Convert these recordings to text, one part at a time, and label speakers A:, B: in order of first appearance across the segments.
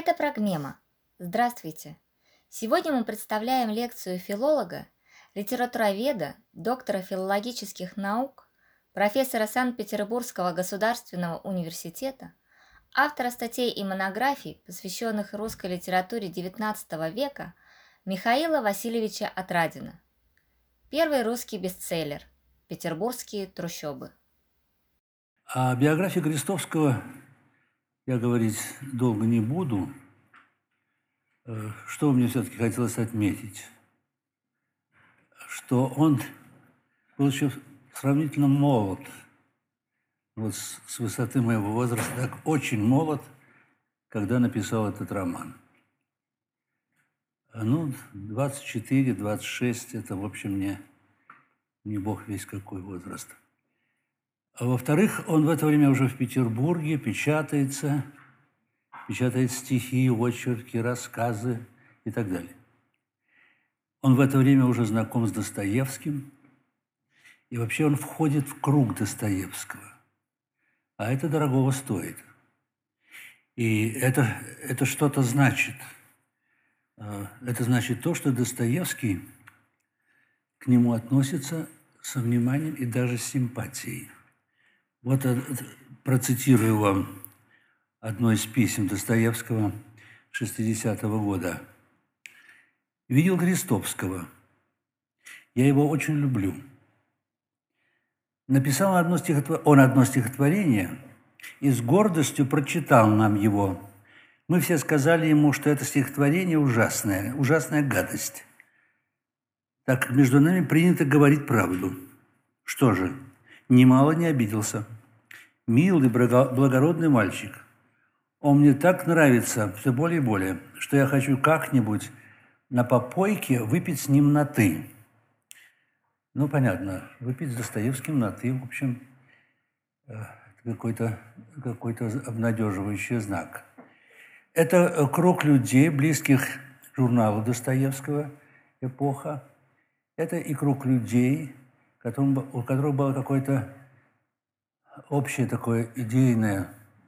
A: Это Прогмема. Здравствуйте! Сегодня мы представляем лекцию филолога, литературоведа, доктора филологических наук, профессора Санкт-Петербургского государственного университета, автора статей и монографий, посвященных русской литературе XIX века, Михаила Васильевича Отрадина. Первый русский бестселлер «Петербургские трущобы».
B: О биографии Крестовского я говорить долго не буду. Что мне все-таки хотелось отметить? Что он был еще сравнительно молод. Вот с высоты моего возраста, так очень молод, когда написал этот роман. 24-26 – это, в общем, не бог весь какой возраст. А во-вторых, он в это время уже в Петербурге печатает стихи, очерки, рассказы и так далее. Он в это время уже знаком с Достоевским, и вообще он входит в круг Достоевского. А это дорогого стоит. И это что-то значит. Это значит то, что Достоевский к нему относится со вниманием и даже с симпатией. Вот процитирую вам одно из писем Достоевского 60-го года. «Видел Крестовского. Я его очень люблю. Написал он одно стихотворение и с гордостью прочитал нам его. Мы все сказали ему, что это стихотворение ужасная гадость. Так как между нами принято говорить правду. Что же, немало не обиделся. Милый, благородный мальчик. Он мне так нравится все более и более, что я хочу как-нибудь на попойке выпить с ним на «ты». Ну, понятно, выпить с Достоевским на «ты», в общем, какой-то обнадеживающий знак. Это круг людей, близких журналу Достоевского «Эпоха». Это и круг людей, у которых было какое-то общее такое идейное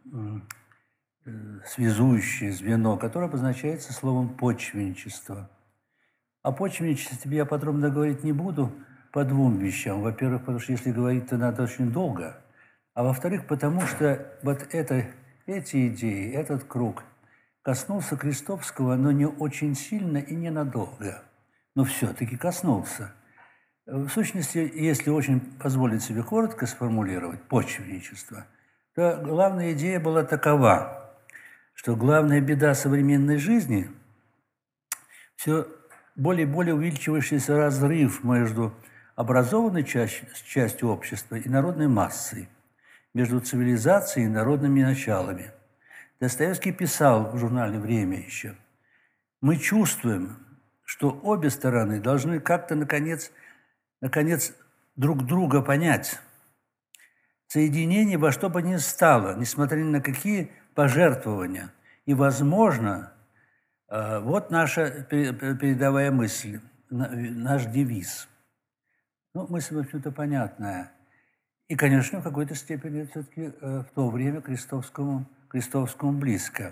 B: связующее звено, которое обозначается словом «почвенничество». О почвенничестве я подробно говорить не буду по двум вещам. Во-первых, потому что если говорить, то надо очень долго. А во-вторых, потому что вот эти идеи, этот круг коснулся Крестовского, но не очень сильно и ненадолго. Но все-таки коснулся. В сущности, если очень позволить себе коротко сформулировать почвенничество, то главная идея была такова, что главная беда современной жизни – все более и более увеличивающийся разрыв между образованной частью общества и народной массой, между цивилизацией и народными началами. Достоевский писал в журнале «Время» еще: «Мы чувствуем, что обе стороны должны как-то, наконец, друг друга понять. Соединение во что бы ни стало, несмотря ни на какие пожертвования. И, возможно, вот наша передовая мысль, наш девиз». Ну, мысль, в общем-то, понятная. И, конечно, в какой-то степени все-таки в то время Крестовскому близко.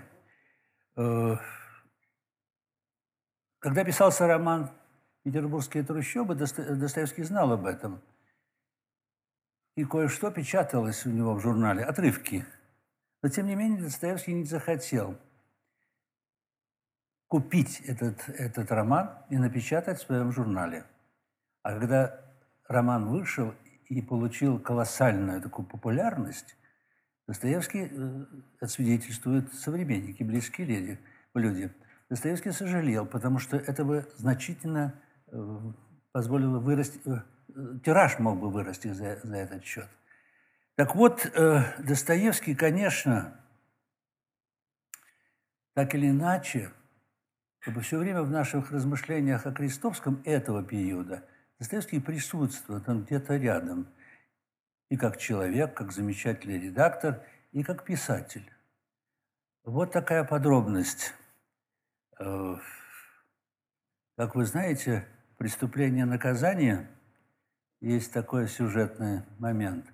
B: Когда писался роман «Петербургские трущобы», Достоевский знал об этом. И кое-что печаталось у него в журнале, отрывки. Но, тем не менее, Достоевский не захотел купить этот роман и напечатать в своем журнале. А когда роман вышел и получил колоссальную такую популярность, Достоевский, это свидетельствуют современники, близкие люди. Достоевский сожалел, потому что это бы значительно позволило вырасти, тираж мог бы вырасти за этот счет. Так вот, Достоевский, конечно, так или иначе, чтобы все время в наших размышлениях о Крестовском этого периода Достоевский присутствует, он где-то рядом. И как человек, как замечательный редактор, и как писатель. Вот такая подробность. Как вы знаете, «Преступление и наказание» есть такой сюжетный момент.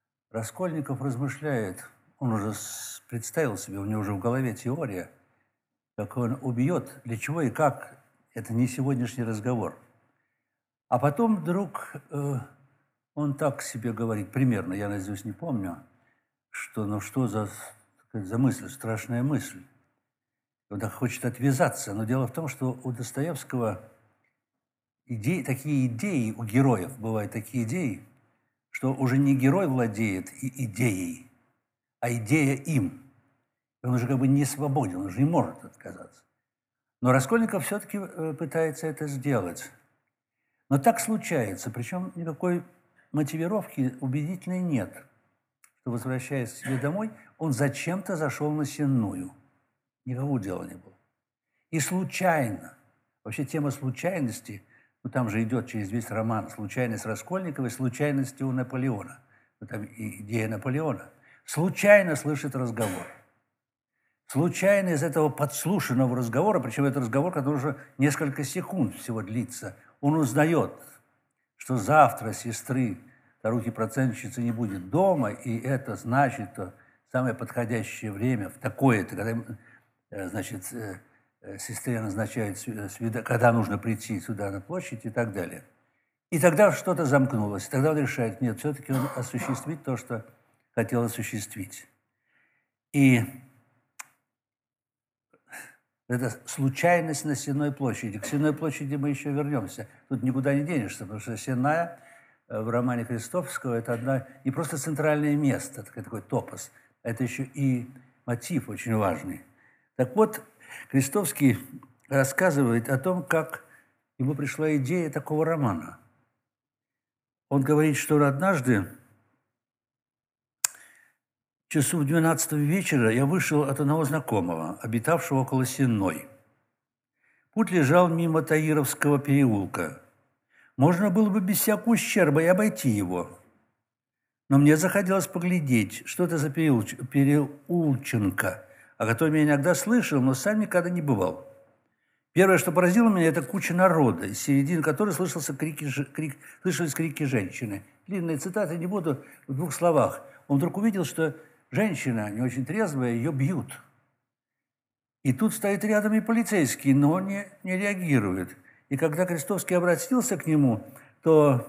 B: Раскольников размышляет, он уже представил себе, у него уже в голове теория, как он убьет, для чего и как, это не сегодняшний разговор. А потом вдруг он так себе говорит, примерно, я наизусть не помню, что ну что за мысль, страшная мысль. Он так хочет отвязаться. Но дело в том, что у Достоевского такие идеи, у героев бывают такие идеи, что уже не герой владеет идеей, а идея им. Он уже как бы не свободен, он уже не может отказаться. Но Раскольников все-таки пытается это сделать. Но так случается, причем никакой мотивировки убедительной нет, что, возвращаясь к себе домой, он зачем-то зашел на Сенную. Никакого дела не было. И случайно, вообще тема случайности, ну там же идет через весь роман случайность Раскольникова и случайности у Наполеона. Ну, там идея Наполеона. Случайно слышит разговор. Случайно из этого подслушанного разговора, причем это разговор, который уже несколько секунд всего длится, он узнает, что завтра сестры старухи-процентщицы не будет дома, и это значит то самое подходящее время в такое-то, когда, значит, сестре назначают, когда нужно прийти сюда на площадь и так далее. И тогда что-то замкнулось. Тогда он решает, нет, все-таки он осуществит то, что хотел осуществить. И это случайность на Сенной площади. К Сенной площади мы еще вернемся. Тут никуда не денешься, потому что Сенная в романе Крестовского – это не просто центральное место, такой топос, это еще и мотив очень важный. Так вот, Крестовский рассказывает о том, как ему пришла идея такого романа. Он говорит, что однажды, часу в 12 вечера, я вышел от одного знакомого, обитавшего около Сенной. Путь лежал мимо Таировского переулка. Можно было бы без всякого ущерба и обойти его. Но мне захотелось поглядеть, что это за переулченка, о котором я иногда слышал, но сам никогда не бывал. Первое, что поразило меня, это куча народа, из середины которой слышались крики женщины. Длинные цитаты, не буду в двух словах. Он вдруг увидел, что женщина, не очень трезвая, ее бьют. И тут стоит рядом и полицейский, но не реагирует. И когда Крестовский обратился к нему, то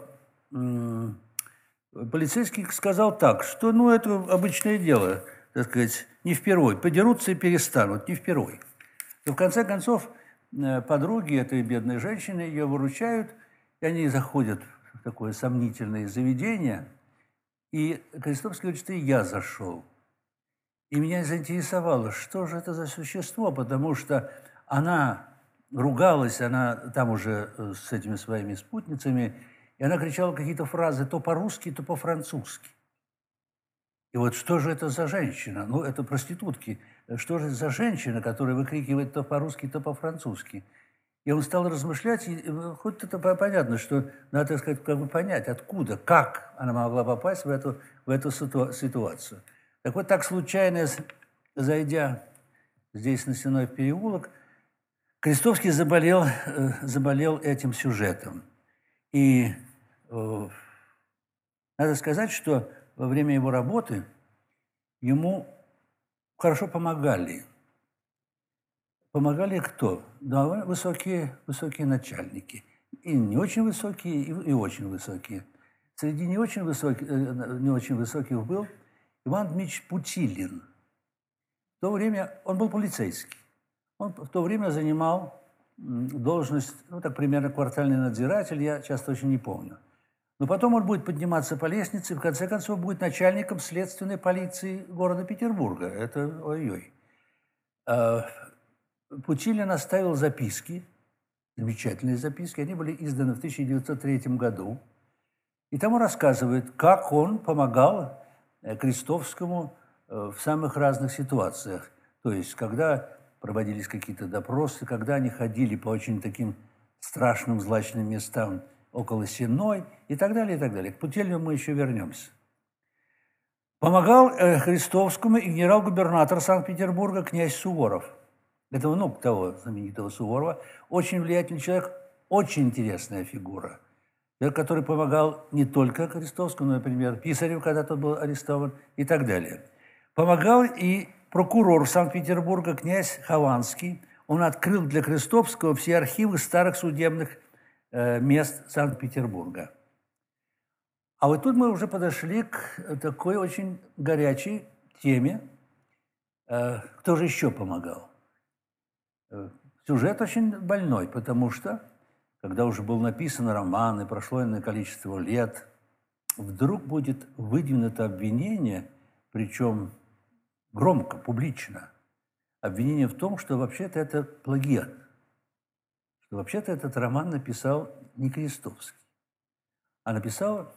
B: полицейский сказал так, что ну это обычное дело, так сказать, не впервой. Подерутся и перестанут, не впервой. И в конце концов подруги этой бедной женщины ее выручают, и они заходят в такое сомнительное заведение. И Крестовский говорит, что и я зашел. И меня заинтересовало, что же это за существо, потому что она ругалась, она там уже с этими своими спутницами, и она кричала какие-то фразы то по-русски, то по-французски. И вот что же это за женщина? Ну, это проститутки. Что же это за женщина, которая выкрикивает то по-русски, то по-французски? И он стал размышлять, и хоть это понятно, что надо, так сказать, как бы понять, откуда, как она могла попасть в эту ситуацию. Так вот, так случайно, зайдя здесь на Сенной переулок, Крестовский заболел этим сюжетом. И надо сказать, что во время его работы ему хорошо помогали. Помогали кто? Да, высокие начальники. И не очень высокие, и очень высокие. Среди не очень высоких был Иван Дмитриевич Путилин. В то время он был полицейский. Он в то время занимал должность, ну, так примерно квартальный надзиратель, я часто очень не помню. Но потом он будет подниматься по лестнице и, в конце концов, будет начальником следственной полиции города Петербурга. Это ой-ой. Путилин оставил записки, замечательные записки, они были изданы в 1903 году. И там он рассказывает, как он помогал Крестовскому в самых разных ситуациях. То есть, когда проводились какие-то допросы, когда они ходили по очень таким страшным, злачным местам около Сенной и так далее, и так далее. К Путилину мы еще вернемся. Помогал Крестовскому и генерал-губернатор Санкт-Петербурга князь Суворов. Это внук того знаменитого Суворова. Очень влиятельный человек, очень интересная фигура. Человек, который помогал не только Крестовскому, но, например, Писареву, когда тот был арестован, и так далее. Помогал и прокурор Санкт-Петербурга, князь Хованский. он открыл для Крестовского все архивы старых судебных мест Санкт-Петербурга. А вот тут мы уже подошли к такой очень горячей теме. Кто же еще помогал? Сюжет очень больной, потому что, когда уже был написан роман и прошло иное количество лет, вдруг будет выдвинуто обвинение, причем громко, публично, обвинение в том, что вообще-то это плагиат, что вообще-то этот роман написал не Крестовский, а написал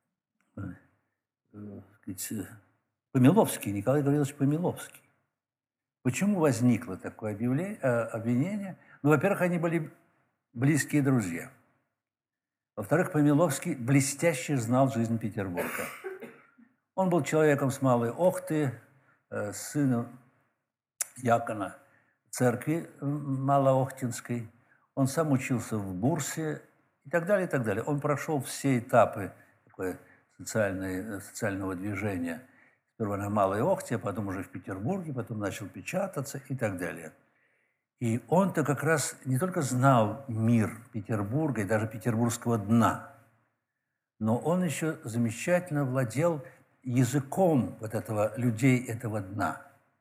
B: Помиловский, Николай Гаврилович Помиловский. Почему возникло такое обвинение? Ну, во-первых, они были близкие друзья. Во-вторых, Помиловский блестяще знал жизнь Петербурга. Он был человеком с Малой Охты, сыном диакона церкви Малоохтинской. Он сам учился в Бурсе и так далее, и так далее. Он прошел все этапы социального движения. Сперва на Малой Охте, а потом уже в Петербурге, потом начал печататься и так далее. И он-то как раз не только знал мир Петербурга и даже петербургского дна, но он еще замечательно владел языком людей этого дна.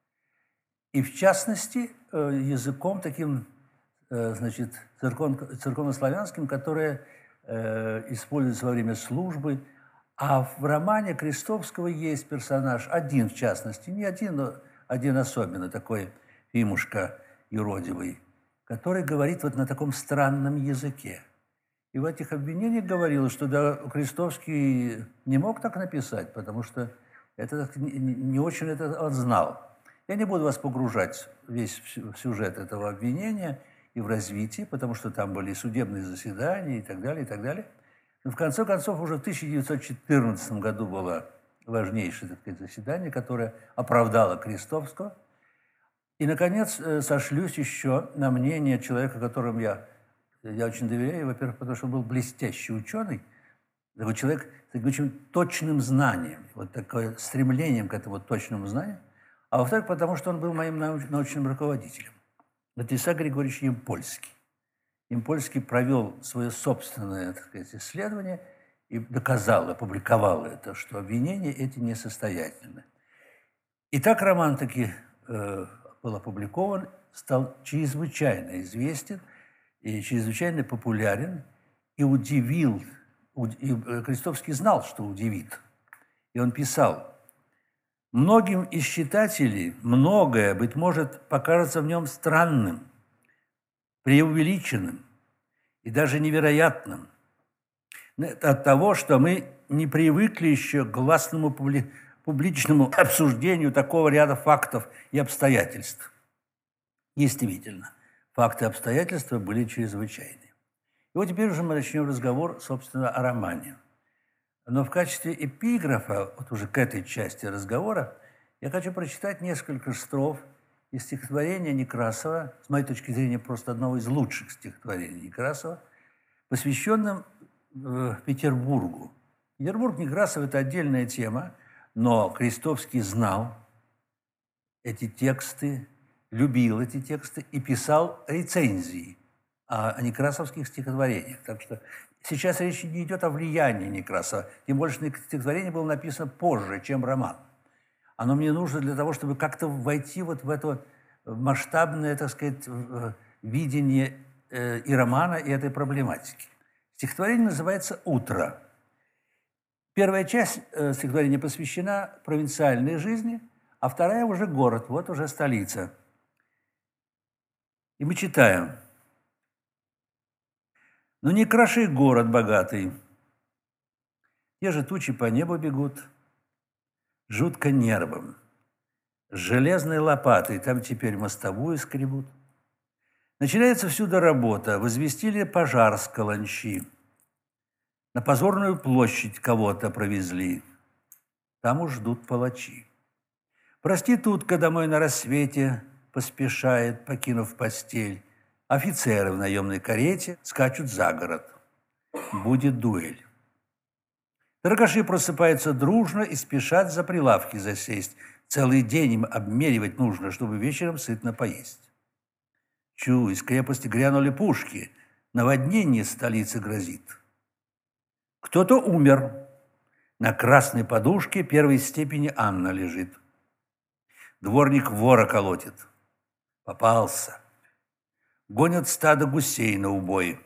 B: И в частности, языком таким, значит, церковнославянским, которое используется во время службы. А в романе Крестовского есть персонаж, один в частности, не один, но один особенно, такой Фимушка юродивый, который говорит вот на таком странном языке. И в этих обвинениях говорилось, что да, Крестовский не мог так написать, потому что это не очень это он знал. Я не буду вас погружать весь в сюжет этого обвинения и в развитие, потому что там были судебные заседания и так далее, и так далее. Но в конце концов уже в 1914 году было важнейшее, так сказать, заседание, которое оправдало Крестовского. И, наконец, сошлюсь еще на мнение человека, которому я очень доверяю, во-первых, потому что он был блестящий ученый, такой человек с очень точным знанием, вот такое стремлением к этому точному знанию, а во-вторых, потому что он был моим научным руководителем. Это Исаак Григорьевич Ямпольский. Ямпольский провел свое собственное, так сказать, исследование и доказал, опубликовал это, что обвинения эти несостоятельны. И так роман таки был опубликован, стал чрезвычайно известен и чрезвычайно популярен, и удивил, и Крестовский знал, что удивит. И он писал: «Многим из читателей многое, быть может, покажется в нем странным, преувеличенным и даже невероятным от того, что мы не привыкли еще к гласному публичному обсуждению такого ряда фактов и обстоятельств». Действительно, факты и обстоятельства были чрезвычайны. И вот теперь уже мы начнем разговор, собственно, о романе. Но в качестве эпиграфа, вот уже к этой части разговора, я хочу прочитать несколько строф из стихотворения Некрасова, с моей точки зрения, просто одного из лучших стихотворений Некрасова, посвященным Петербургу. Петербург Некрасов – это отдельная тема, но Крестовский знал эти тексты, любил эти тексты и писал рецензии о некрасовских стихотворениях. Так что сейчас речь не идет о влиянии Некрасова, тем больше стихотворение было написано позже, чем роман. Оно мне нужно для того, чтобы как-то войти вот в это масштабное, так сказать, видение и романа, и этой проблематики. Стихотворение называется «Утро». Первая часть стихотворения посвящена провинциальной жизни, а вторая уже город, вот уже столица. И мы читаем: «Ну не кроши город богатый, те же тучи по небу бегут, жутко нервом, с железной лопатой там теперь мостовую скребут. Начинается всюду работа, возвестили пожар с каланчи, на позорную площадь кого-то провезли, там уж ждут палачи. Проститутка домой на рассвете поспешает, покинув постель, офицеры в наемной карете скачут за город, будет дуэль. Торгаши просыпаются дружно и спешат за прилавки засесть. Целый день им обмеривать нужно, чтобы вечером сытно поесть. Чу, из крепости грянули пушки, наводнение столицы грозит. Кто-то умер, на красной подушке первой степени Анна лежит. Дворник вора колотит, попался. Гонят стадо гусей на убой.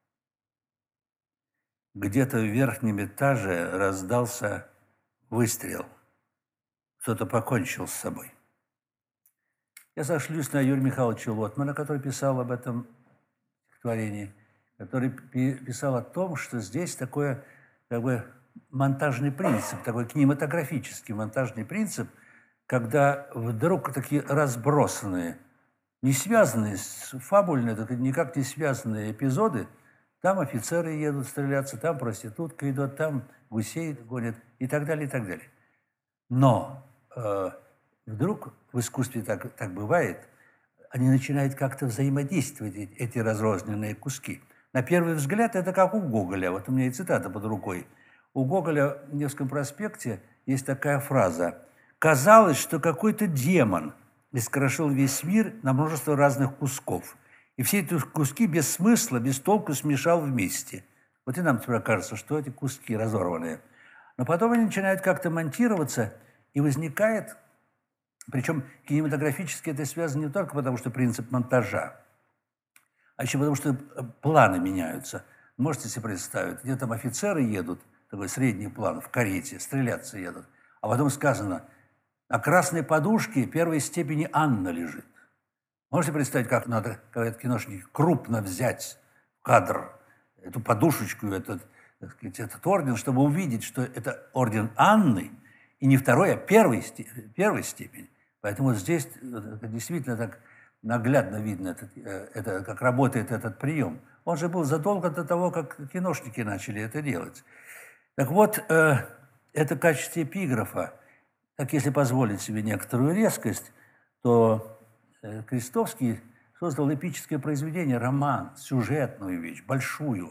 B: Где-то в верхнем этаже раздался выстрел. Кто-то покончил с собой. Я сошлюсь на Юрия Михайловича Лотмана, который писал об этом стихотворении, который писал о том, что здесь такой как бы монтажный принцип, такой кинематографический монтажный принцип, когда вдруг такие разбросанные, не связанные, фабульные, никак не связанные эпизоды, там офицеры едут стреляться, там проститутка идет, там гусей гонят и так далее, и так далее. Но вдруг в искусстве так бывает, они начинают как-то взаимодействовать, эти разрозненные куски. На первый взгляд это как у Гоголя. Вот у меня и цитата под рукой. У Гоголя в Невском проспекте есть такая фраза: «Казалось, что какой-то демон искрошил весь мир на множество разных кусков. И все эти куски без смысла, без толку смешал вместе». Вот и нам теперь кажется, что эти куски разорванные. Но потом они начинают как-то монтироваться, и возникает, причем кинематографически это связано не только потому, что принцип монтажа, а еще потому, что планы меняются. Можете себе представить, где там офицеры едут, такой средний план, в карете, стреляться едут, а потом сказано: на красной подушке первой степени Анна лежит. Можете представить, как надо, говорят киношники, крупно взять в кадр эту подушечку, этот орден, чтобы увидеть, что это орден Анны, и не второй, а первой степени. Поэтому здесь действительно так наглядно видно, как работает этот прием. Он же был задолго до того, как киношники начали это делать. Так вот, это в качестве эпиграфа. Так, если позволить себе некоторую резкость, то Крестовский создал эпическое произведение, роман, сюжетную вещь, большую,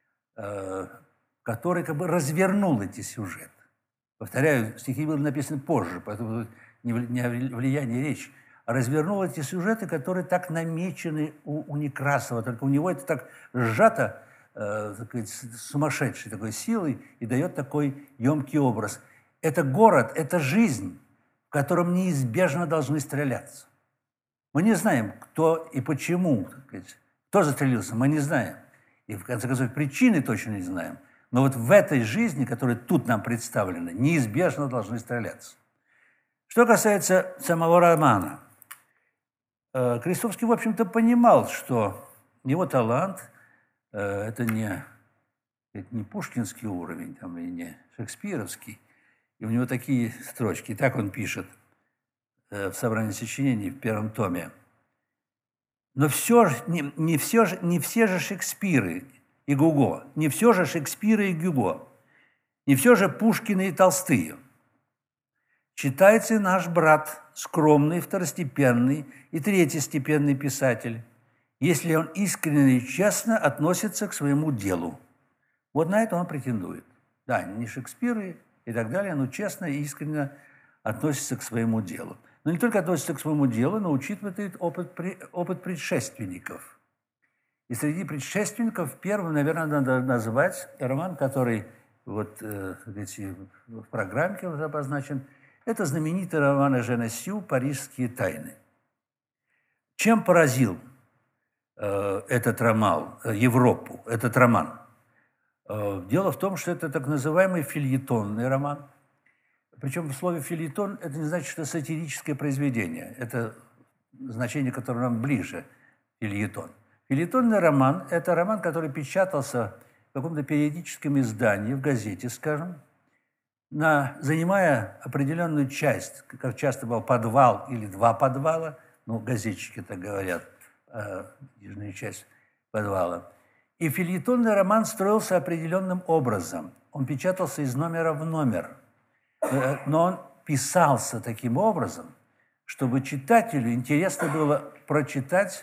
B: который как бы развернул эти сюжеты. Повторяю, стихи были написаны позже, поэтому не о влиянии речи, а развернул эти сюжеты, которые так намечены у Некрасова, только у него это так сжато, так сказать, сумасшедшей такой силой и дает такой емкий образ. Это город, это жизнь, в котором неизбежно должны стреляться. Мы не знаем, кто и почему, так сказать, кто застрелился, мы не знаем. И, в конце концов, причины точно не знаем. Но вот в этой жизни, которая тут нам представлена, неизбежно должны стреляться. Что касается самого романа, Крестовский, в общем-то, понимал, что его талант – это не пушкинский уровень, там, и не шекспировский. И у него такие строчки. И так он пишет в собрании сочинений в первом томе. Но не все же Шекспиры и Гюго, не все же Шекспиры и Гюго, не все же Пушкины и Толстые. Читается и наш брат, скромный, второстепенный и третьестепенный писатель, если он искренне и честно относится к своему делу. Вот на это он претендует. Да, не Шекспиры и так далее, но честно и искренне относится к своему делу. Но не только относится к своему делу, но учитывает опыт предшественников. И среди предшественников первым, наверное, надо назвать роман, который вот в программке уже обозначен. Это знаменитый роман Эжена Сю «Парижские тайны». Чем поразил этот роман Европу, этот роман? Дело в том, что это так называемый фельетонный роман. Причем в слове «фельетон» это не значит, что сатирическое произведение. Это значение, которое нам ближе – фельетон. Фельетонный роман – это роман, который печатался в каком-то периодическом издании, в газете, скажем, занимая определенную часть, как часто был подвал или два подвала, ну, газетчики так говорят, нижняя часть подвала. И фельетонный роман строился определенным образом. Он печатался из номера в номер. Но он писался таким образом, чтобы читателю интересно было прочитать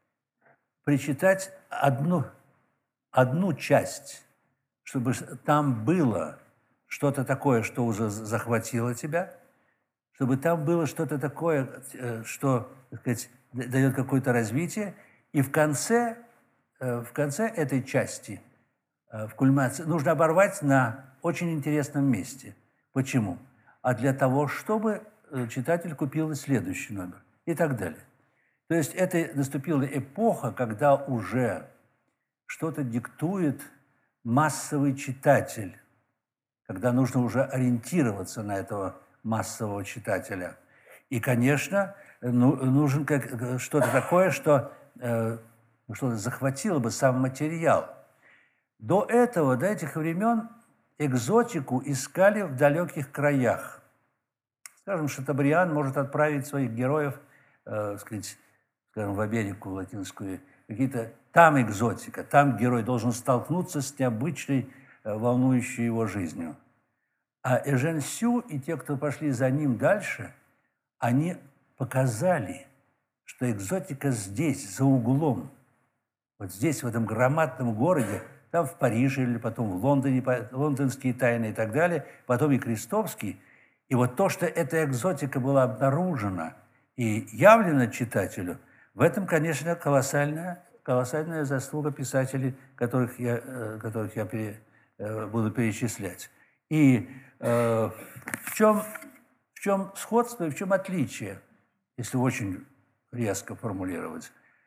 B: одну часть, чтобы там было что-то такое, что уже захватило тебя, чтобы там было что-то такое, что, так сказать, дает какое-то развитие, И в конце этой части, в кульминации, нужно оборвать на очень интересном месте. Почему? А для того, чтобы читатель купил и следующий номер и так далее. То есть это наступила эпоха, когда уже что-то диктует массовый читатель, когда нужно уже ориентироваться на этого массового читателя. И, конечно, нужен что-то такое, что захватило бы сам материал. До этих времен экзотику искали в далеких краях. Скажем, Шатобриан может отправить своих героев, в Америку латинскую, там экзотика, там герой должен столкнуться с необычной, волнующей его жизнью. А Эжен Сю и те, кто пошли за ним дальше, они показали, что экзотика здесь, за углом, вот здесь, в этом громадном городе, там в Париже или потом в Лондоне, лондонские тайны и так далее, потом и Крестовский. И вот то, что эта экзотика была обнаружена и явлена читателю, в этом, конечно, колоссальная заслуга писателей, которых я буду перечислять. И в чем сходство и в чем отличие, если очень резко формулировать?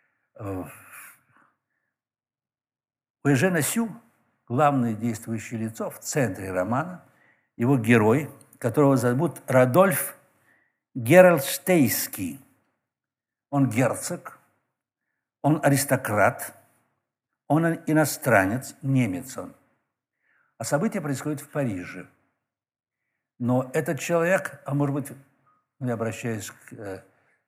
B: У Эжена Сю главное действующее лицо в центре романа, его герой, которого зовут Радольф Герольдштейнский. Он герцог, он аристократ, он иностранец, немец он. А события происходят в Париже. Но этот человек, а может быть, я обращаюсь к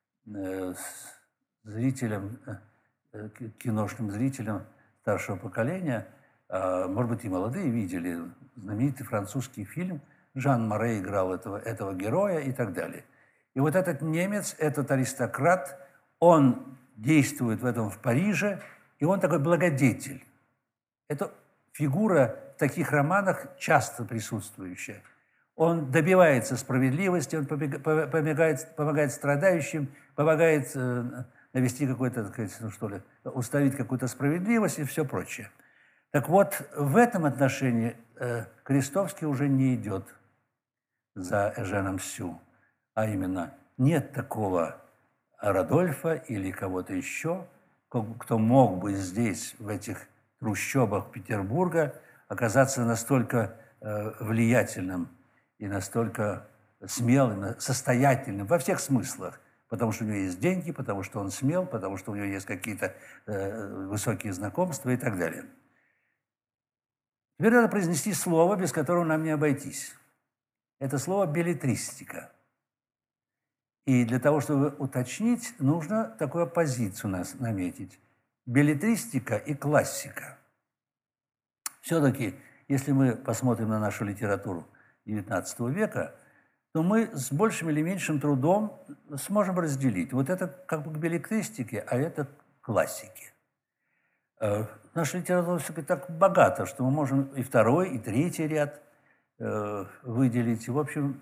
B: зрителям, к киношным зрителям старшего поколения, может быть, и молодые видели знаменитый французский фильм. Жан Море играл этого героя и так далее. И вот этот немец, этот аристократ, он действует в Париже, и он такой благодетель. Это фигура в таких романах часто присутствующая. Он добивается справедливости, он помогает страдающим, помогает навести какой-то, установить какую-то справедливость и все прочее. Так вот, в этом отношении Крестовский уже не идет за Эженом Сю, а именно нет такого Радольфа или кого-то еще, кто мог бы здесь, в этих трущобах Петербурга, оказаться настолько влиятельным и настолько смелым, состоятельным во всех смыслах, потому что у него есть деньги, потому что он смел, потому что у него есть какие-то высокие знакомства и так далее. Теперь надо произнести слово, без которого нам не обойтись. Это слово «беллетристика». И для того, чтобы уточнить, нужно такую оппозицию наметить. Беллетристика и классика. Все-таки, если мы посмотрим на нашу литературу XIX века, то мы с большим или меньшим трудом сможем разделить. Вот это как бы к беллетристике, а это к классике. Наша литература все-таки так богата, что мы можем и второй, и третий ряд выделить. В общем,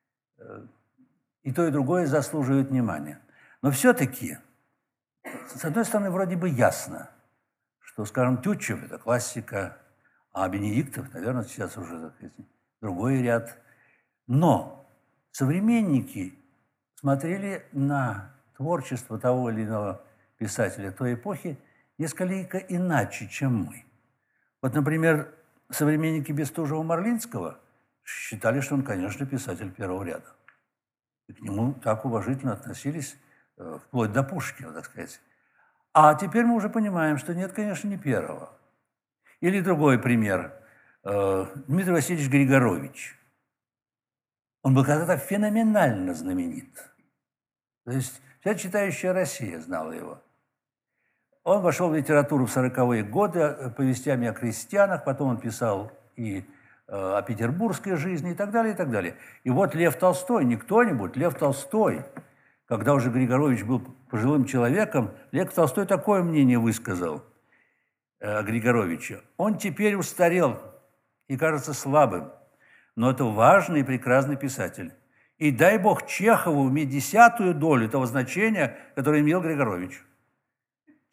B: и то, и другое заслуживает внимания. Но все-таки, с одной стороны, вроде бы ясно, что, скажем, Тютчев – это классика, а Бенедиктов, наверное, сейчас уже, так сказать, другой ряд. Но современники смотрели на творчество того или иного писателя той эпохи несколько иначе, чем мы. Вот, например, современники Бестужева-Марлинского считали, что он, конечно, писатель первого ряда. И к нему так уважительно относились, вплоть до Пушкина, так сказать. А теперь мы уже понимаем, что нет, конечно, не первого. Или другой пример. Дмитрий Васильевич Григорович. Он был когда-то феноменально знаменит. То есть вся читающая Россия знала его. Он вошел в литературу в 40-е годы повестями о крестьянах, потом он писал и о петербургской жизни и так далее, и так далее. И вот Лев Толстой, не кто-нибудь, Лев Толстой, когда уже Григорович был пожилым человеком, Лев Толстой такое мнение высказал о Григоровиче. Он теперь устарел и кажется слабым, но это важный и прекрасный писатель. И дай Бог Чехову иметь 10-ю долю того значения, которое имел Григорович.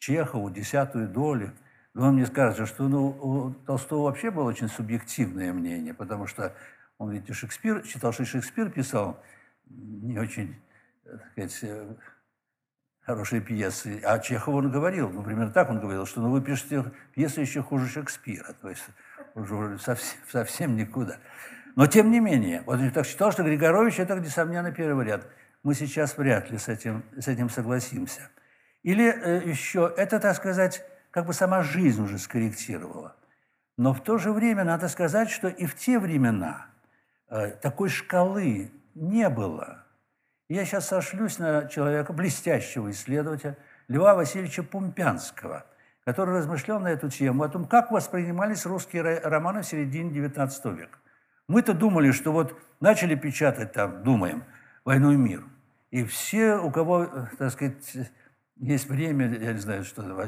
B: Чехову «Десятую долю». Вы мне скажете, что у Толстого вообще было очень субъективное мнение, потому что он ведь считал, что Шекспир писал не очень, так сказать, хорошие пьесы. А Чехов он говорил, например, так он говорил, что вы пишете пьесы еще хуже Шекспира, то есть уже совсем никуда. Но тем не менее, вот он так считал, что Григорович – это, несомненно, первый ряд. Мы сейчас вряд ли с этим согласимся. Или еще это, так сказать, как бы сама жизнь уже скорректировала. Но в то же время надо сказать, что и в те времена такой шкалы не было. Я сейчас сошлюсь на человека, блестящего исследователя, Льва Васильевича Пумпянского, который размышлял на эту тему, о том, как воспринимались русские романы в середине XIX века. Мы-то думали, что вот начали печатать там, думаем, «Войну и мир». И все, у кого, так сказать, есть время, я не знаю, что,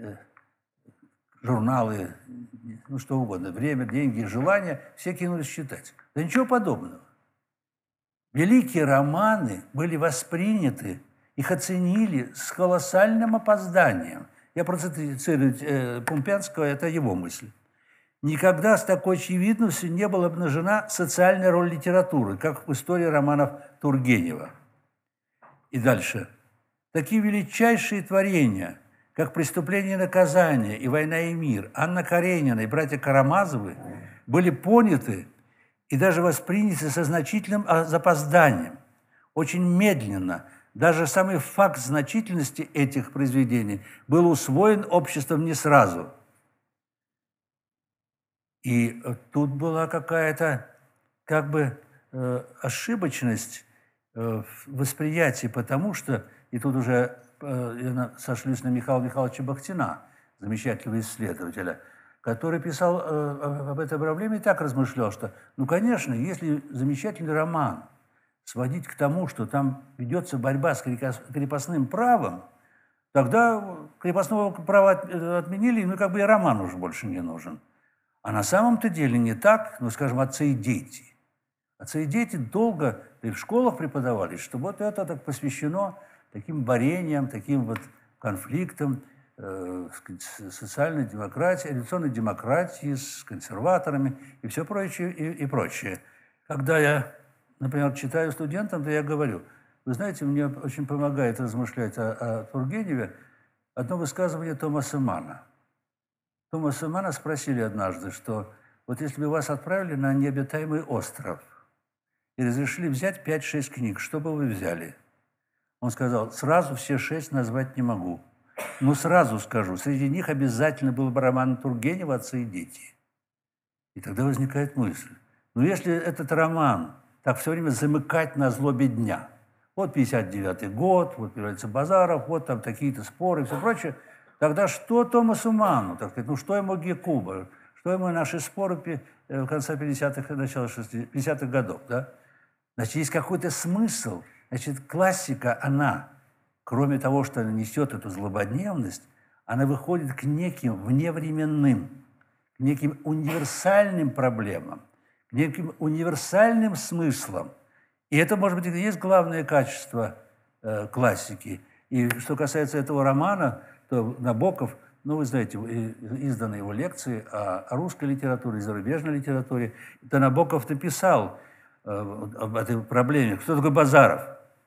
B: журналы, ну что угодно, время, деньги, желания, все кинулись читать. Да ничего подобного. Великие романы были восприняты, их оценили с колоссальным опозданием. Я процитирую Пумпянского, это его мысль. Никогда с такой очевидностью не была обнажена социальная роль литературы, как в истории романов Тургенева. И дальше. Такие величайшие творения, как «Преступление и наказание» и «Война и мир», Анна Каренина и братья Карамазовы были поняты и даже восприняты со значительным запозданием, очень медленно. Даже самый факт значительности этих произведений был усвоен обществом не сразу. И тут была какая-то как бы ошибочность в восприятии, потому что, и тут уже я сошлюсь на Михаила Михайловича Бахтина, замечательного исследователя, который писал об этой проблеме и так размышлял, что, ну, конечно, если замечательный роман сводить к тому, что там ведется борьба с крепостным правом, тогда крепостного права отменили, ну, как бы и роман уже больше не нужен. А на самом-то деле не так, ну, скажем, «Отцы и дети». «Отцы и дети» долго и в школах преподавались, что вот это так посвящено таким борениям, таким вот конфликтам социальной демократии, революционной демократии с консерваторами и все прочее, и прочее. Когда я, например, читаю студентам, то я говорю, вы знаете, мне очень помогает размышлять о Тургеневе одно высказывание Томаса Манна. Томаса Манна спросили однажды, что вот если бы вас отправили на необитаемый остров и разрешили взять 5-6 книг, что бы вы взяли? Он сказал, сразу все 6 назвать не могу. Но сразу скажу, среди них обязательно был бы роман Тургенева «Отцы и дети». И тогда возникает мысль, ну если этот роман так все время замыкать на злобе дня, вот 59-й год, вот появляется Базаров, вот там такие-то споры и все прочее, тогда что Томасу Манну, так сказать, ну что ему Гекуба, что ему наши споры в конце 50-х, начало 50-х годов, да? Значит, есть какой-то смысл. Значит, классика, она, кроме того, что она несет эту злободневность, она выходит к неким вневременным, к неким универсальным проблемам, к неким универсальным смыслам. И это, может быть, и есть главное качество классики. И что касается этого романа, то Набоков, ну, вы знаете, изданы его лекции о русской литературе и зарубежной литературе. Это Набоков написал об этой проблеме. Кто такой Базаров?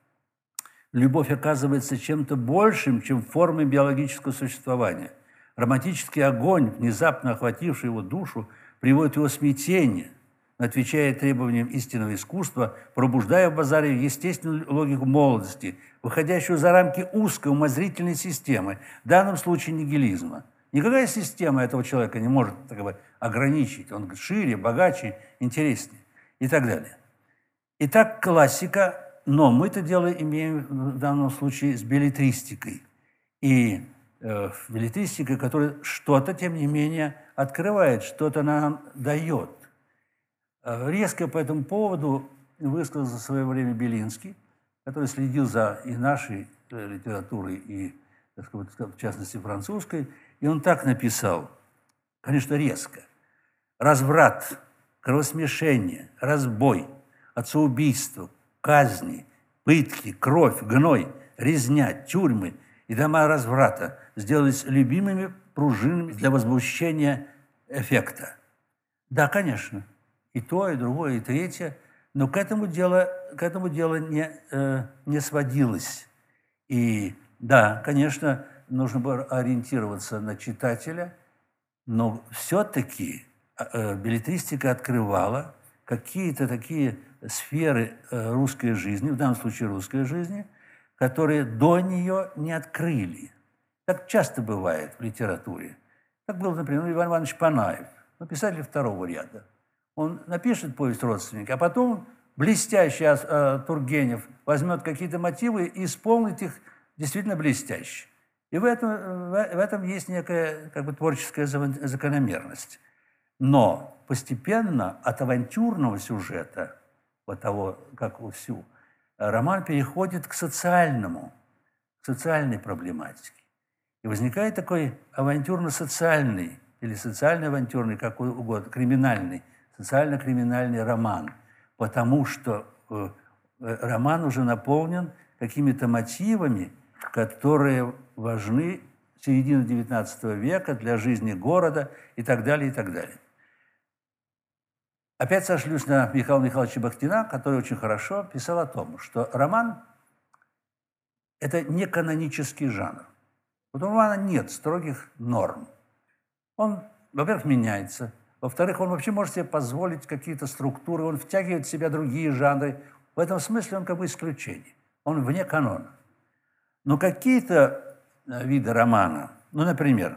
B: Любовь оказывается чем-то большим, чем формой биологического существования. Романтический огонь, внезапно охвативший его душу, приводит его в смятение, отвечая требованиям истинного искусства, пробуждая в Базаре естественную логику молодости, выходящую за рамки узкой умозрительной системы, в данном случае нигилизма. Никакая система этого человека не может так бы ограничить. Он шире, богаче, интереснее и так далее. Итак, классика, но мы-то дело имеем в данном случае с беллетристикой. И беллетристикой, которая что-то, тем не менее, открывает, что-то нам дает. Резко по этому поводу высказался в свое время Белинский, который следил за и нашей литературой, и, так сказать, в частности, французской. И он так написал, конечно, резко. Разврат, кровосмешение, разбой, отцеубийство, казни, пытки, кровь, гной, резня, тюрьмы и дома разврата сделались любимыми пружинами для возмущения эффекта. Да, конечно, и то, и другое, и третье, но к этому дело не сводилось. И да, конечно, нужно было ориентироваться на читателя, но все-таки беллетристика открывала какие-то такие сферы русской жизни, в данном случае русской жизни, которые до нее не открыли. Так часто бывает в литературе. Так был, например, Иван Иванович Панаев, писатель второго ряда. Он напишет повесть «Родственники», а потом блестящий Тургенев возьмет какие-то мотивы и исполнит их действительно блестяще. И в этом есть некая как бы творческая закономерность. Но постепенно от авантюрного сюжета, вот того, как у Сю, роман переходит к социальной проблематике. И возникает такой авантюрно-социальный или социально-авантюрный, как угодно, криминальный, социально-криминальный роман, потому что роман уже наполнен какими-то мотивами, которые важны в середине XIX века для жизни города и так далее, и так далее. Опять сошлюсь на Михаила Михайловича Бахтина, который очень хорошо писал о том, что роман – это не канонический жанр. Вот у романа нет строгих норм. Он, во-первых, меняется. Во-вторых, он вообще может себе позволить какие-то структуры, он втягивает в себя другие жанры. В этом смысле он как бы исключение. Он вне канона. Но какие-то виды романа, например,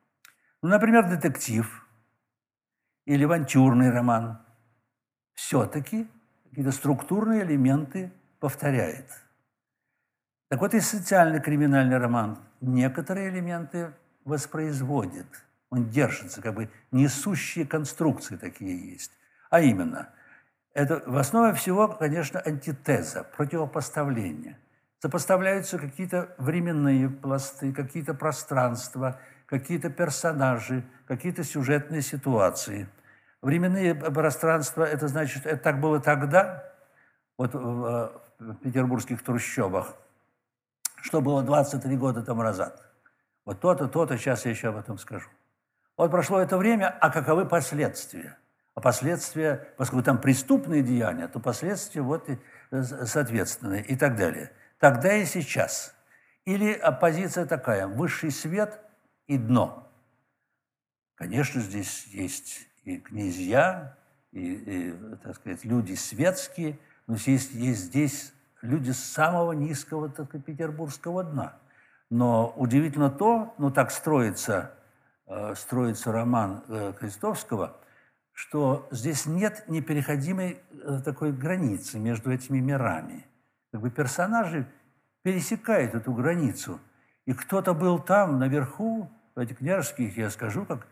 B: детектив или авантюрный роман, все-таки какие-то структурные элементы повторяет. Так вот и социально-криминальный роман некоторые элементы воспроизводит. Он держится, как бы несущие конструкции такие есть. А именно, это в основе всего, конечно, антитеза, противопоставление. Сопоставляются какие-то временные пласты, какие-то пространства, какие-то персонажи, какие-то сюжетные ситуации. Временные пространства, это значит, это так было тогда, вот в петербургских трущобах, что было 23 года тому назад. Вот то-то, то-то, сейчас я еще об этом скажу. Вот прошло это время, а каковы последствия? А последствия, поскольку там преступные деяния, то последствия вот и соответственные и так далее. Тогда и сейчас. Или оппозиция такая: высший свет и дно. Конечно, здесь есть и князья, и так сказать, люди светские, но есть здесь люди с самого низкого, так сказать, петербургского дна. Но удивительно то, так строится роман Крестовского, что здесь нет непереходимой такой границы между этими мирами. Как бы персонажи пересекают эту границу. И кто-то был там, наверху, в этих княжеских, я скажу, как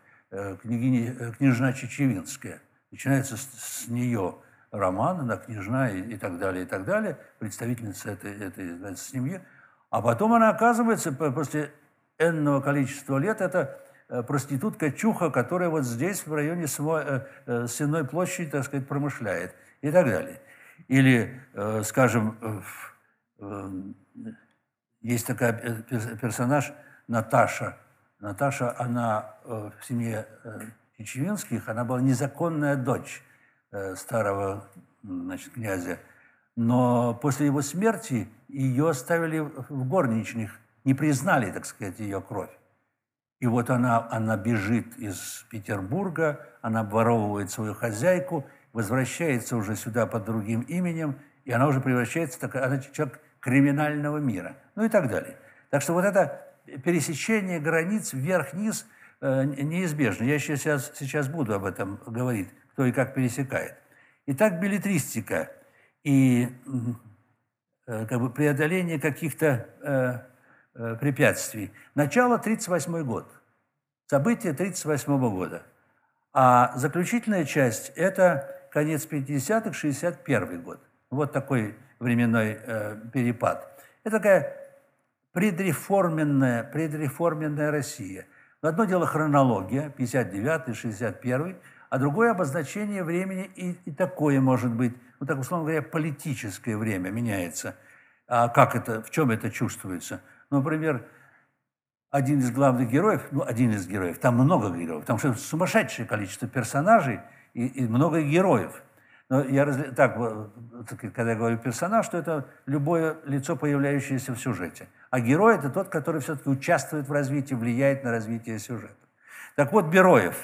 B: княжна Чечевинская. Начинается с нее роман, она княжна и так далее, представительница этой семьи. А потом она оказывается, после энного количества лет, это проститутка Чуха, которая вот здесь, в районе Сенной площади, так сказать, промышляет и так далее. Или, скажем, есть такая персонаж Наташа. Наташа, она в семье Чечевинских, она была незаконная дочь старого, значит, князя. Но после его смерти ее оставили в горничных, не признали, так сказать, ее кровь. И вот она бежит из Петербурга, она обворовывает свою хозяйку, возвращается уже сюда под другим именем, и она уже превращается в человек криминального мира, и так далее. Так что вот это пересечение границ вверх-вниз неизбежно. Я сейчас буду об этом говорить, кто и как пересекает. Итак, беллетристика и как бы преодоление каких-то препятствий. Начало 1938 год. События 1938 года. А заключительная часть – это конец 50-х, 61 год. Вот такой временной перепад. Это такая предреформенная Россия. Одно дело хронология, 59-й, 61-й, а другое обозначение времени, и такое может быть, так условно говоря, политическое время меняется. А как это, в чем это чувствуется? Например, один из главных героев, ну, один из героев, там много героев, потому что сумасшедшее количество персонажей и много героев. Но я когда я говорю персонаж, то это любое лицо, появляющееся в сюжете. А герой – это тот, который все-таки участвует в развитии, влияет на развитие сюжета. Так вот, Бероев,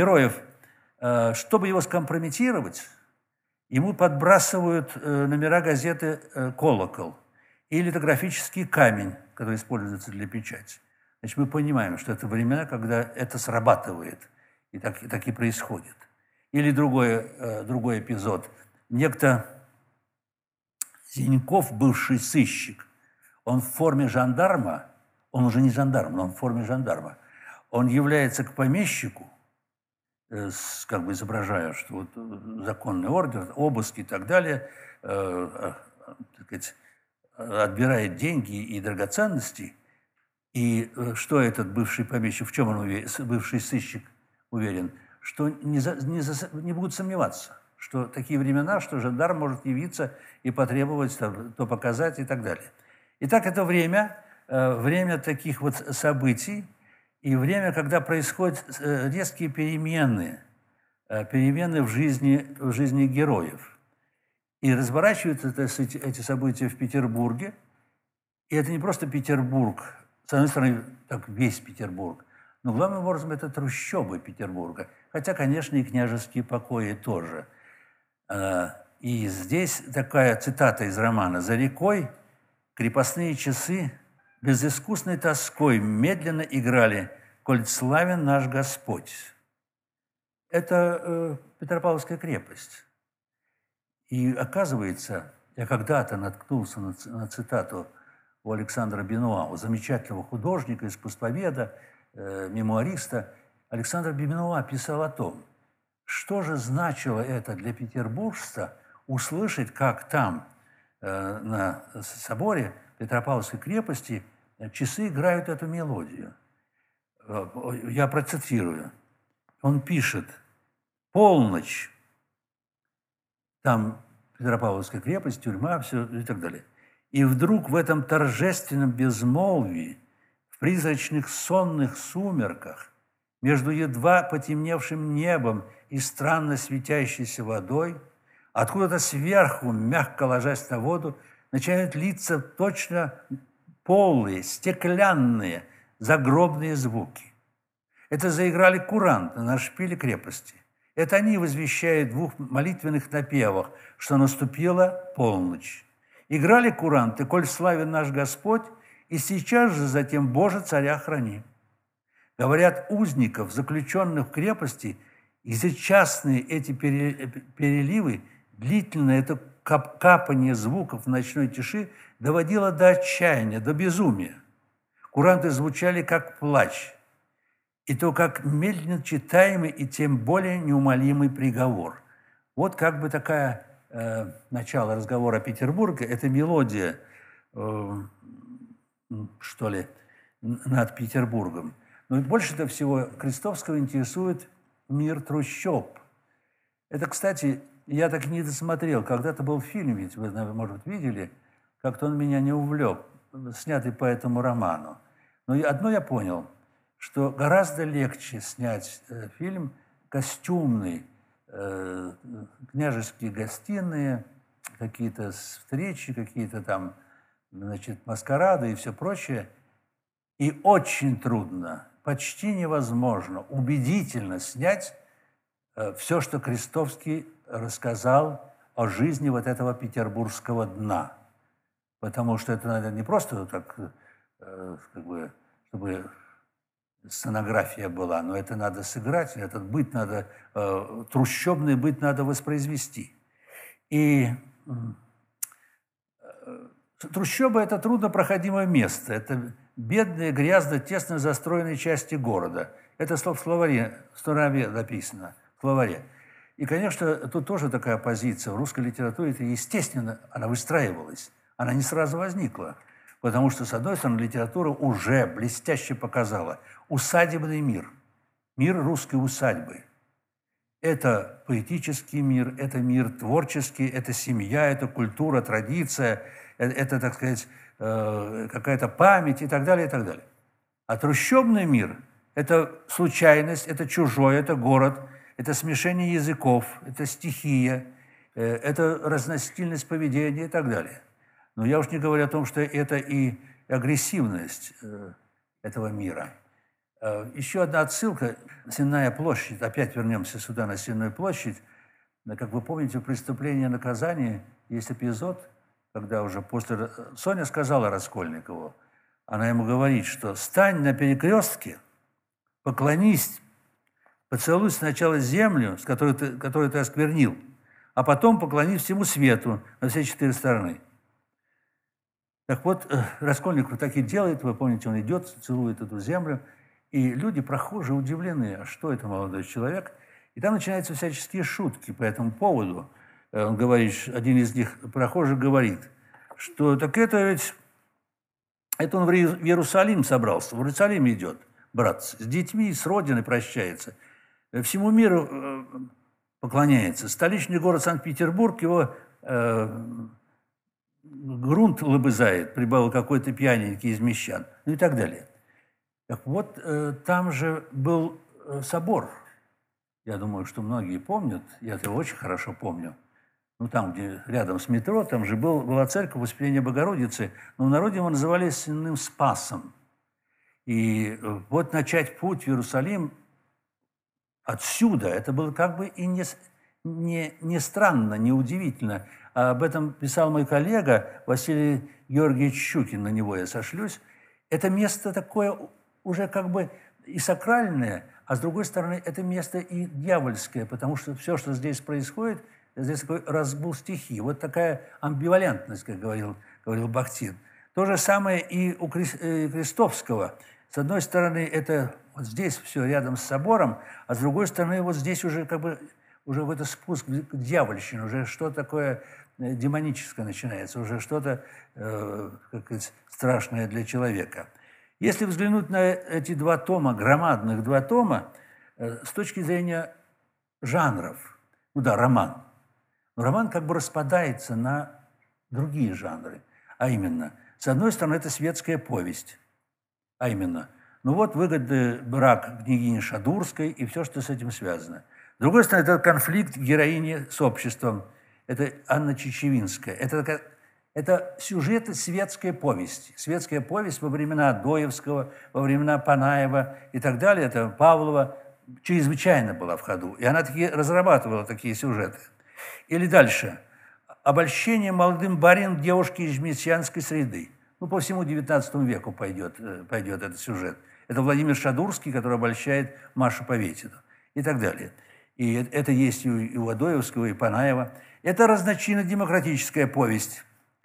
B: чтобы его скомпрометировать, ему подбрасывают номера газеты «Колокол» и литографический камень, который используется для печати. Значит, мы понимаем, что это времена, когда это срабатывает, и так и происходит. Или другой эпизод. Некто Зиньков, бывший сыщик, он в форме жандарма, он уже не жандарм, но он в форме жандарма, он является к помещику, как бы изображая, что вот законный ордер, обыск и так далее, так сказать, отбирает деньги и драгоценности. И что этот бывший помещик, в чем он уверен, бывший сыщик уверен, что не будут сомневаться, что такие времена, что жандарм может явиться и потребовать то показать и так далее. Итак, это время таких вот событий и время, когда происходят резкие перемены в жизни героев. И разворачиваются эти события в Петербурге. И это не просто Петербург, с одной стороны, так весь Петербург, но главным образом это трущобы Петербурга. Хотя, конечно, и княжеские покои тоже. И здесь такая цитата из романа: «За рекой крепостные часы безыскусной тоской медленно играли, коль славен наш Господь». Это Петропавловская крепость. И оказывается, я когда-то наткнулся на цитату у Александра Бенуа, у замечательного художника, искусствоведа, мемуариста. Александр Бенуа писал о том, что же значило это для петербуржца услышать, как там, на соборе Петропавловской крепости, часы играют эту мелодию. Я процитирую. Он пишет: «Полночь». Там Петропавловская крепость, тюрьма, все и так далее. И вдруг в этом торжественном безмолвии, в призрачных сонных сумерках, между едва потемневшим небом и странно светящейся водой, откуда-то сверху, мягко ложась на воду, начинают литься точно полые, стеклянные, загробные звуки. Это заиграли куранты на шпиле крепости. Это они возвещают в двух молитвенных напевах, что наступила полночь. Играли куранты, коль славен наш Господь, и сейчас же затем Боже, царя храни. Говорят, узников, заключенных в крепости, ежечасные эти переливы, длительное это капание звуков в ночной тиши доводило до отчаяния, до безумия. Куранты звучали как плач, и то как медленно читаемый и тем более неумолимый приговор. Вот как бы такая начало разговора Петербурга, это мелодия, что ли, над Петербургом. Но больше всего Крестовского интересует мир трущоб. Это, кстати, я так и не досмотрел. Когда-то был фильм, ведь вы, может быть, видели, как-то он меня не увлек, снятый по этому роману. Но одно я понял, что гораздо легче снять фильм костюмный, княжеские гостиные, какие-то встречи, какие-то там, значит, маскарады и все прочее. И очень трудно, почти невозможно убедительно снять все, что Крестовский рассказал о жизни вот этого петербургского дна. Потому что это надо не просто так, как бы, чтобы сценография была, но это надо сыграть, этот быт надо, трущобный быт надо воспроизвести. И трущоба – это труднопроходимое место, это бедные, грязно, тесно застроенные части города. Это в словаре написано, в словаре. И, конечно, тут тоже такая позиция в русской литературе, это естественно, она выстраивалась, она не сразу возникла. Потому что, с одной стороны, литература уже блестяще показала усадебный мир, мир русской усадьбы. Это поэтический мир, это мир творческий, это семья, это культура, традиция, это, так сказать, какая-то память и так далее, и так далее. А трущобный мир – это случайность, это чужой, это город, это смешение языков, это стихия, это разностильность поведения и так далее. Но я уж не говорю о том, что это и агрессивность этого мира. Еще одна отсылка – Сенная площадь. Опять вернемся сюда, на Сенную площадь. Как вы помните, в «Преступлении и наказании» есть эпизод, когда уже после… Соня сказала Раскольникову, она ему говорит, что «стань на перекрестке, поклонись, поцелуй сначала землю, которую ты осквернил, а потом поклонись всему свету на все 4 стороны». Так вот, Раскольников так и делает, вы помните, он идет, целует эту землю, и люди, прохожие, удивлены, а что это молодой человек? И там начинаются всяческие шутки по этому поводу. Он говорит, один из них, прохожий, говорит, что так это ведь, это он в Иерусалим собрался, в Иерусалим идет, братцы, с детьми, с родиной прощается, всему миру поклоняется. Столичный город Санкт-Петербург, его грунт лобызает, прибавил какой-то пьяненький из мещан, ну и так далее. Так вот, там же был собор. Я думаю, что многие помнят, я это очень хорошо помню. Ну, там, где рядом с метро, там же была церковь Успения Богородицы, но в народе его называли Сенным Спасом. И вот начать путь в Иерусалим отсюда, это было как бы и не странно, не удивительно. Об этом писал мой коллега Василий Георгиевич Щукин, на него я сошлюсь. Это место такое уже как бы и сакральное, а с другой стороны, это место и дьявольское, потому что все, что здесь происходит, здесь такой разбул стихий. Вот такая амбивалентность, как говорил Бахтин. То же самое и у Крестовского. С одной стороны, это вот здесь все рядом с собором, а с другой стороны, вот здесь уже как бы уже в это спуск к дьявольщине, уже что-то такое демоническое начинается, уже что-то страшное для человека. Если взглянуть на эти 2 тома, громадных 2 тома, с точки зрения жанров, ну да, роман. Но роман как бы распадается на другие жанры, а именно, с одной стороны, это светская повесть, а именно, ну вот выгодный брак княгини Шадурской и все, что с этим связано. С другой стороны, это конфликт героини с обществом, это Анна Чечевинская, это сюжеты светской повести. Светская повесть во времена Доевского, во времена Панаева и так далее, это Павлова, чрезвычайно была в ходу. И она разрабатывала такие сюжеты. Или дальше. Обольщение молодым барином девушки из мессианской среды. Ну, по всему XIX веку пойдет этот сюжет. Это Владимир Шадурский, который обольщает Машу Поветину и так далее. И это есть и у Адоевского, и Панаева. Это разночинно-демократическая повесть.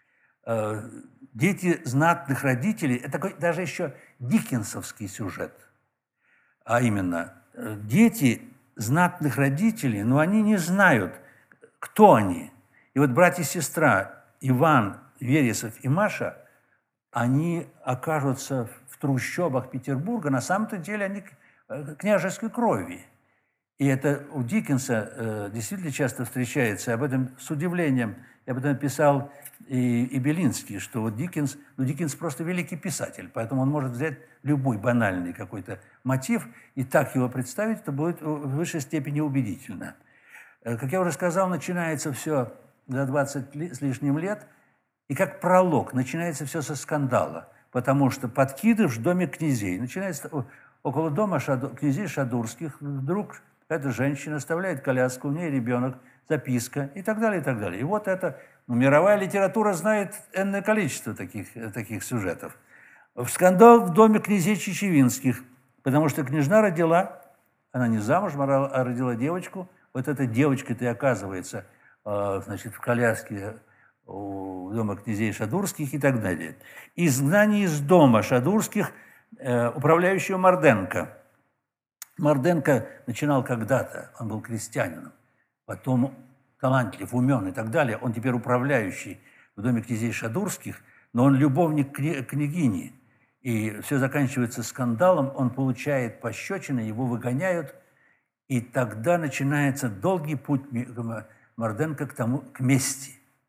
B: Дети знатных родителей – это такой даже еще диккенсовский сюжет. А именно, дети знатных родителей, но они не знают, кто они. И вот брат и сестра Иван, Вересов и Маша, они окажутся в трущобах Петербурга, на самом-то деле они княжеской крови. И это у Диккенса действительно часто встречается. Об этом с удивлением, я об этом писал и Белинский, что вот Диккенс просто великий писатель, поэтому он может взять любой банальный какой-то мотив и так его представить, это будет в высшей степени убедительно. Как я уже сказал, начинается все за 20 с лишним лет, и как пролог начинается все со скандала, потому что подкидыш в доме князей. Начинается около дома князей Шадурских, вдруг эта женщина оставляет коляску, у нее ребенок, записка и так далее, и так далее. И вот это, мировая литература знает энное количество таких сюжетов. Скандал в доме князей Чечевинских, потому что княжна родила, она не замужем, а родила девочку. Вот эта девочка-то и оказывается, значит, в коляске у дома князей Шадурских и так далее. Изгнание из дома Шадурских управляющего Марденко. Марденко начинал когда-то, он был крестьянином, потом талантлив, умен и так далее. Он теперь управляющий в доме князей Шадурских, но он любовник княгини. И все заканчивается скандалом, он получает пощечины, его выгоняют, и тогда начинается долгий путь Марденко к мести.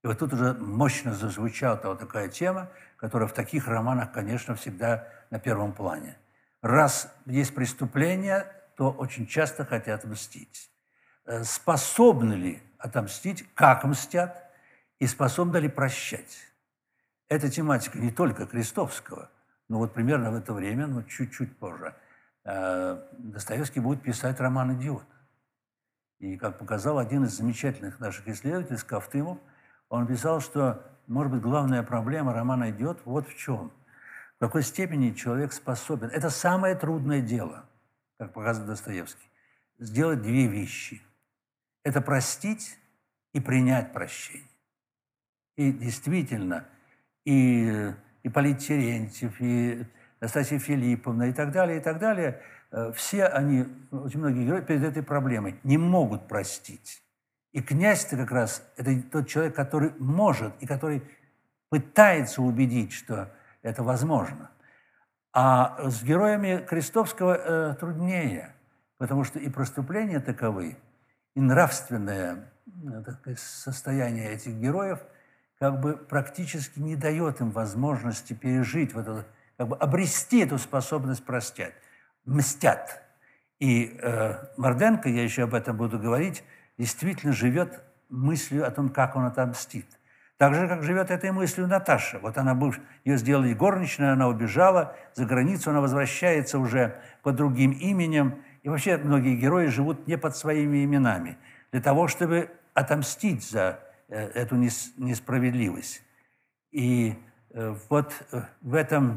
B: И вот тут уже мощно зазвучала вот такая тема, которая в таких романах, конечно, всегда на первом плане. Раз есть преступление, то очень часто хотят мстить. Способны ли отомстить, как мстят, и способны ли прощать? Эта тематика не только Крестовского, но вот примерно в это время, но чуть-чуть позже, Достоевский будет писать роман «Идиот». И, как показал один из замечательных наших исследователей, Скафтымов, он писал, что, может быть, главная проблема романа «Идиот» вот в чем. В какой степени человек способен. Это самое трудное дело, как показывает Достоевский. Сделать две вещи. Это простить и принять прощение. И действительно, и Ипполит Терентьев, и Настасья Филипповна, и так далее, все они, очень многие герои, перед этой проблемой не могут простить. И князь-то как раз это тот человек, который может и который пытается убедить, что это возможно. А с героями Крестовского труднее, потому что и преступления таковы, и нравственное состояние этих героев как бы практически не дает им возможности пережить, вот это, как бы обрести эту способность прощать. Мстят. И Морденко, я еще об этом буду говорить, действительно живет мыслью о том, как он отомстит. Так же, как живет этой мыслью Наташа. Вот она, ее сделали горничной, она убежала за границу, она возвращается уже под другим именем. И вообще многие герои живут не под своими именами, для того, чтобы отомстить за эту несправедливость. И вот в этом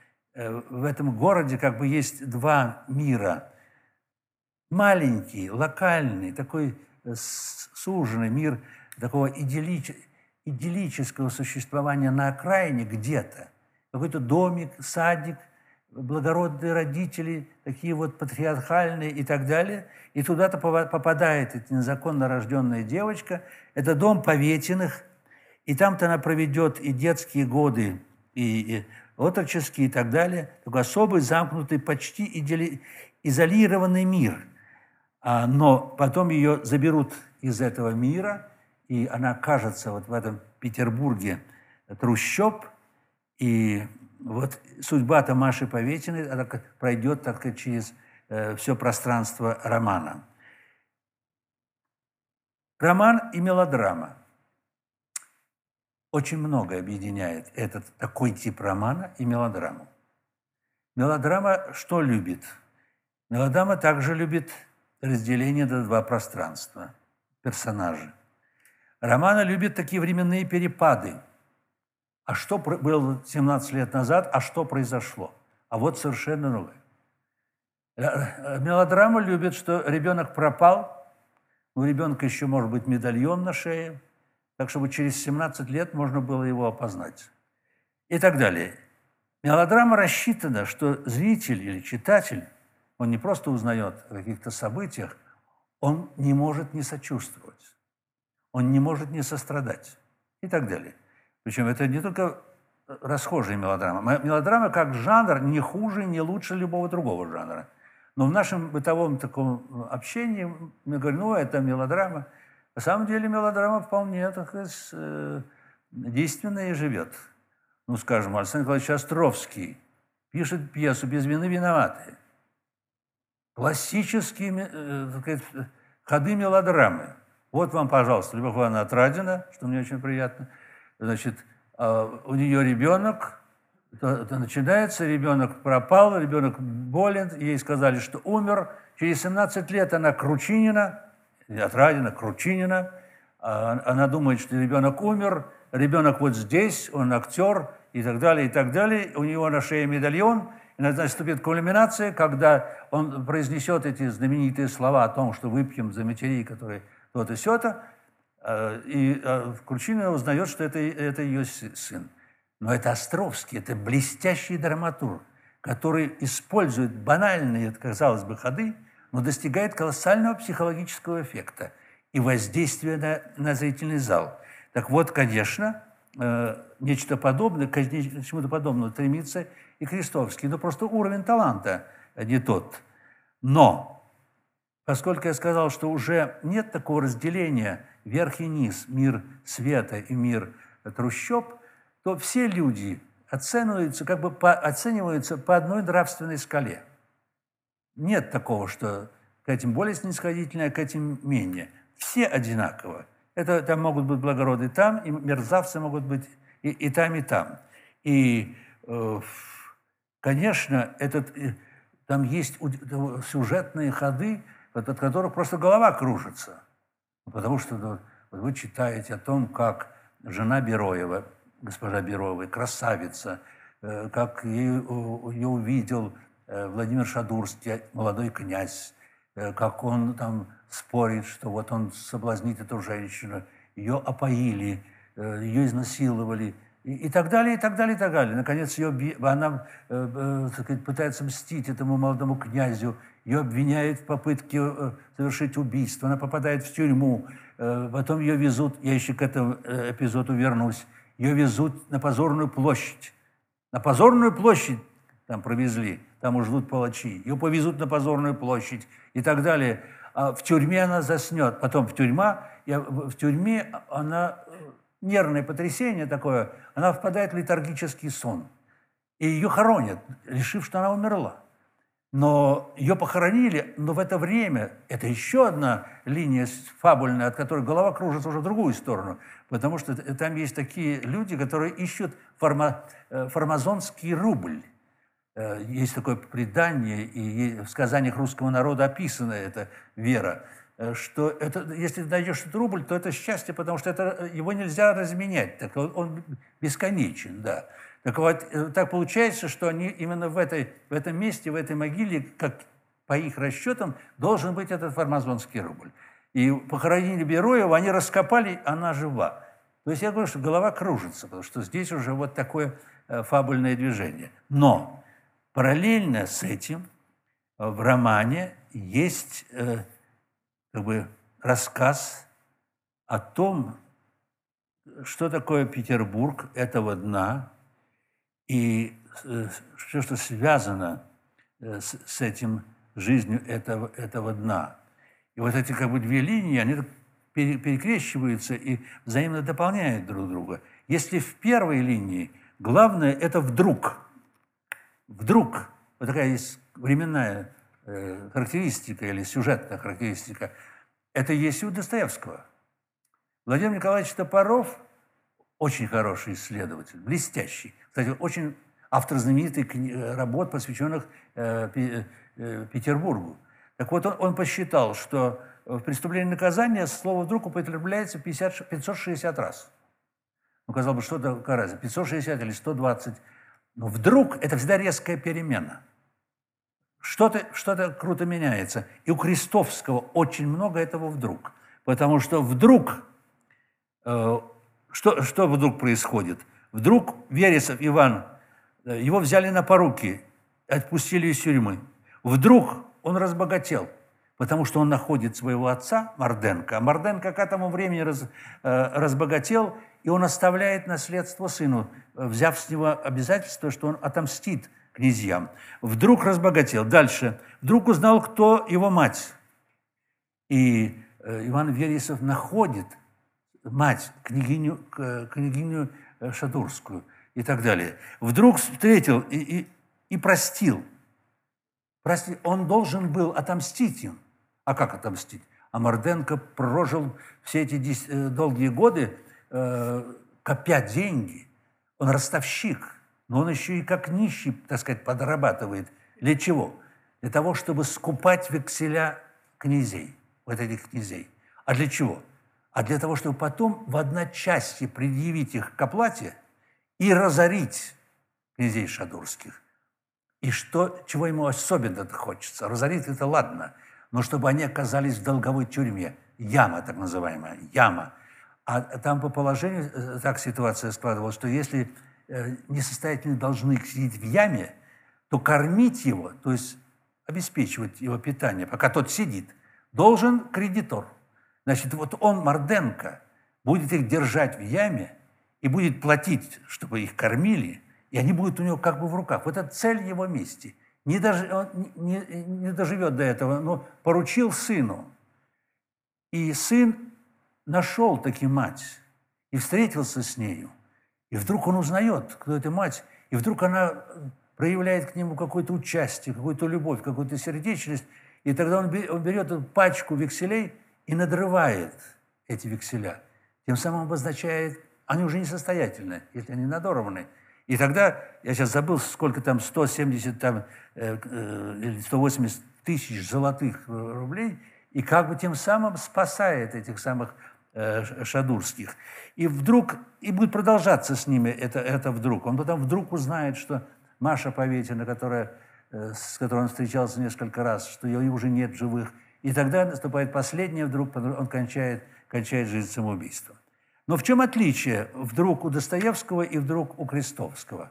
B: городе как бы есть два мира. Маленький, локальный, такой суженный мир такого идиллического существования на окраине где-то. Какой-то домик, садик, благородные родители, такие вот патриархальные и так далее. И туда-то попадает эта незаконно рожденная девочка. Это дом Поветиных, и там-то она проведет и детские годы, и отроческие и так далее. Такой особый, замкнутый, почти изолированный мир. Но потом ее заберут из этого мира, и она окажется вот в этом Петербурге трущоб, и вот судьба-то Маши Поветиной она пройдет, так сказать, через все пространство романа. Роман и мелодрама. Очень многое объединяет этот такой тип романа и мелодраму. Мелодрама что любит? Мелодрама также любит разделение на два пространства, персонажи. Романа любит такие временные перепады. А что было 17 лет назад, а что произошло? А вот совершенно новое. Мелодрама любит, что ребенок пропал, у ребенка еще может быть медальон на шее, так чтобы через 17 лет можно было его опознать. И так далее. Мелодрама рассчитана, что зритель или читатель, он не просто узнает о каких-то событиях, он не может не сочувствовать, он не может не сострадать и так далее. Причем это не только расхожая мелодрама. Мелодрама как жанр не хуже, не лучше любого другого жанра. Но в нашем бытовом таком общении мы говорим, ну, это мелодрама. На самом деле мелодрама вполне, так сказать, действенная и живет. Ну, скажем, Александр Николаевич Островский пишет пьесу «Без вины виноватые». Классические, так сказать, ходы мелодрамы. Вот вам, пожалуйста, Любовь Ивановна Отрадина, что мне очень приятно. Значит, у нее ребенок, это начинается, ребенок пропал, ребенок болен, ей сказали, что умер. Через 17 лет она Кручинина, Отрадина, Кручинина, она думает, что ребенок умер, ребенок вот здесь, он актер и так далее, и так далее. У него на шее медальон, и наступит кульминация, когда он произнесет эти знаменитые слова о том, что выпьем за матерей, которые то-то, сё-то, и Кручинина узнает, что это ее сын. Но это Островский, это блестящий драматург, который использует банальные, казалось бы, ходы, но достигает колоссального психологического эффекта и воздействия на зрительный зал. Так вот, конечно, нечто подобное, к чему-то подобному стремится и Крестовский, но просто уровень таланта не тот. Но, поскольку я сказал, что уже нет такого разделения верх и низ, мир света и мир трущоб, то все люди оцениваются по одной нравственной скале. Нет такого, что к этим более снисходительно, а к этим менее. Все одинаково. Там могут быть благородные там, и мерзавцы могут быть и там, и там. И, конечно, там есть сюжетные ходы, от которых просто голова кружится. Потому что вот вы читаете о том, как жена Бероева, госпожа Бероева, красавица, как ее увидел Владимир Шадурский, молодой князь, как он там спорит, что вот он соблазнит эту женщину, ее опоили, ее изнасиловали, и так далее, и так далее, и так далее. Наконец, она так сказать, пытается мстить этому молодому князю, ее обвиняют в попытке совершить убийство, она попадает в тюрьму, потом ее везут, я еще к этому эпизоду вернусь, ее везут на Позорную площадь. На Позорную площадь там провезли, там уже ждут палачи. Ее повезут на Позорную площадь и так далее. А в тюрьме она заснет. Потом в тюрьме она, нервное потрясение такое, она впадает в летаргический сон. И ее хоронят, решив, что она умерла. Но ее похоронили, но в это время, это еще одна линия фабульная, от которой голова кружится уже в другую сторону, потому что там есть такие люди, которые ищут формазонский рубль. Есть такое предание, и в сказаниях русского народа описана эта вера, что если найдешь этот рубль, то это счастье, потому что его нельзя разменять, так он бесконечен, да. Так вот, так получается, что они именно в этом месте, в этой могиле, как по их расчетам, должен быть этот формазонский рубль. И похоронили Бероева, они раскопали, она жива. То есть я говорю, что голова кружится, потому что здесь уже вот такое фабульное движение. Но параллельно с этим в романе есть рассказ о том, что такое Петербург этого дна, и все, что связано с этим жизнью этого дна. И вот эти две линии, они перекрещиваются и взаимно дополняют друг друга. Если в первой линии главное – это вдруг. Вдруг. Вот такая есть временная характеристика или сюжетная характеристика. Это есть и у Достоевского. Владимир Николаевич Топоров – очень хороший исследователь, блестящий. Кстати, очень автор знаменитых работ, посвященных Петербургу. Так вот, он посчитал, что в «Преступлении и наказании» слово «вдруг» употребляется 560 раз. Ну, казалось бы, что такое разница, 560 или 120. Но вдруг – это всегда резкая перемена. Что-то круто меняется. И у Крестовского очень много этого «вдруг». Потому что вдруг… Что вдруг происходит? Вдруг Вересов Иван, его взяли на поруки, отпустили из тюрьмы. Вдруг он разбогател, потому что он находит своего отца Марденко. А Марденко к этому времени разбогател, и он оставляет наследство сыну, взяв с него обязательство, что он отомстит князьям. Вдруг разбогател. Дальше. Вдруг узнал, кто его мать. И Иван Вересов находит мать, княгиню Шадурскую и так далее. Вдруг встретил и простил. Он должен был отомстить им. А как отомстить? А Марденко прожил все эти долгие годы, копя деньги. Он ростовщик, но он еще и как нищий, так сказать, подрабатывает. Для чего? Для того, чтобы скупать векселя князей, вот этих князей. А для чего? А для того, чтобы потом в одночасье предъявить их к оплате и разорить князей Шадурских. И чего ему особенно хочется? Разорить это ладно, но чтобы они оказались в долговой тюрьме. Яма, так называемая, яма. А там по положению так ситуация складывалась, что если несостоятельный должник сидит в яме, то кормить его, то есть обеспечивать его питание, пока тот сидит, должен кредитор. Значит, вот он, Марденко, будет их держать в яме и будет платить, чтобы их кормили, и они будут у него как бы в руках. Вот это цель его мести. Он не доживет до этого, но поручил сыну. И сын нашел таки мать и встретился с нею. И вдруг он узнает, кто эта мать, и вдруг она проявляет к нему какое-то участие, какую-то любовь, какую-то сердечность, и тогда он берет эту пачку векселей и надрывает эти векселя. Тем самым обозначает, они уже несостоятельны, если они надорваны. И тогда, я сейчас забыл, сколько там, 170 там, или 180 тысяч золотых рублей, и как бы тем самым спасает этих самых шадурских. И вдруг, и будет продолжаться с ними это вдруг. Он потом вдруг узнает, что Маша Поветина, с которой он встречался несколько раз, что ее уже нет в живых. И тогда наступает последнее, вдруг он кончает жизнь самоубийством. Но в чем отличие вдруг у Достоевского и вдруг у Крестовского?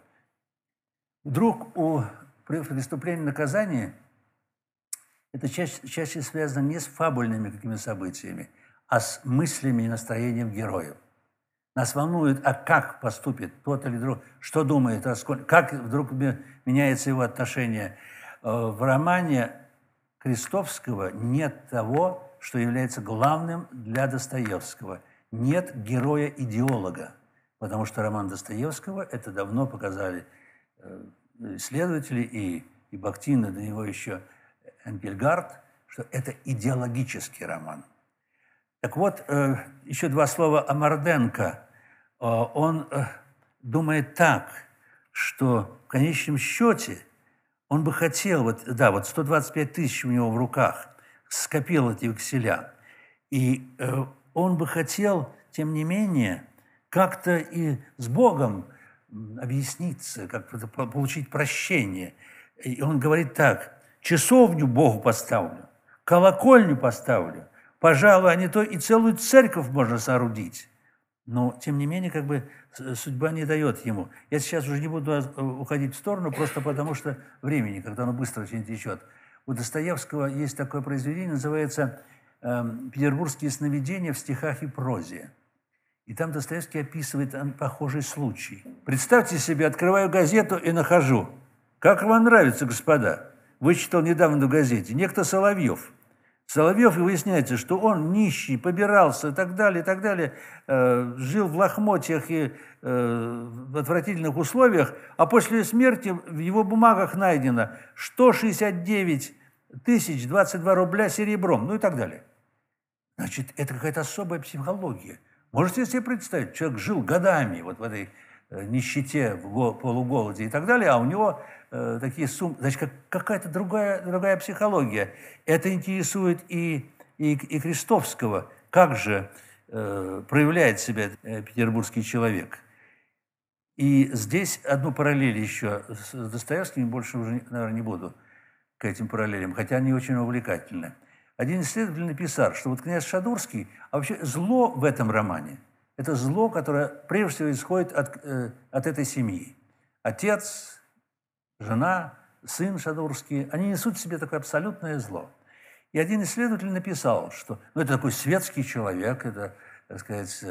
B: Вдруг у преступления и наказания это чаще связано не с фабульными какими-то событиями, а с мыслями и настроением героев. Нас волнует, а как поступит тот или другой, что думает Раскольников, как вдруг меняется его отношение. В романе Крестовского нет того, что является главным для Достоевского. Нет героя-идеолога, потому что роман Достоевского, это давно показали исследователи, и Бахтин, и до него еще Энгельгард, что это идеологический роман. Так вот, еще два слова о Морденко. Он думает так, что в конечном счете он бы хотел, вот 125 тысяч у него в руках, скопил эти векселя, и он бы хотел, тем не менее, как-то и с Богом объясниться, как-то получить прощение. И он говорит так: часовню Богу поставлю, колокольню поставлю, пожалуй, а не то и целую церковь можно соорудить. Но, тем не менее, как бы судьба не дает ему. Я сейчас уже не буду уходить в сторону, просто потому что времени, когда оно быстро очень течет. У Достоевского есть такое произведение, называется «Петербургские сновидения в стихах и прозе». И там Достоевский описывает похожий случай. Представьте себе, открываю газету и нахожу. Как вам нравится, господа? Вычитал недавно в газете. Некто Соловьев. Соловьев, и выясняется, что он нищий, побирался и так далее, жил в лохмотьях и в отвратительных условиях, а после смерти в его бумагах найдено 169 тысяч 22 рубля серебром, ну и так далее. Значит, это какая-то особая психология. Можете себе представить, человек жил годами вот в этой нищете, в полуголоде и так далее, а у него такие суммы. Значит, какая-то другая психология. Это интересует и Крестовского. Как же проявляет себя петербургский человек. И здесь одну параллель еще с Достоевским, больше уже, наверное, не буду к этим параллелям, хотя они очень увлекательны. Один исследователь написал, что вот князь Шадурский, а вообще зло в этом романе, это зло, которое прежде всего исходит от этой семьи. Отец, жена, сын Шадурский, они несут в себе такое абсолютное зло. И один исследователь написал, что это такой светский человек, это, так сказать,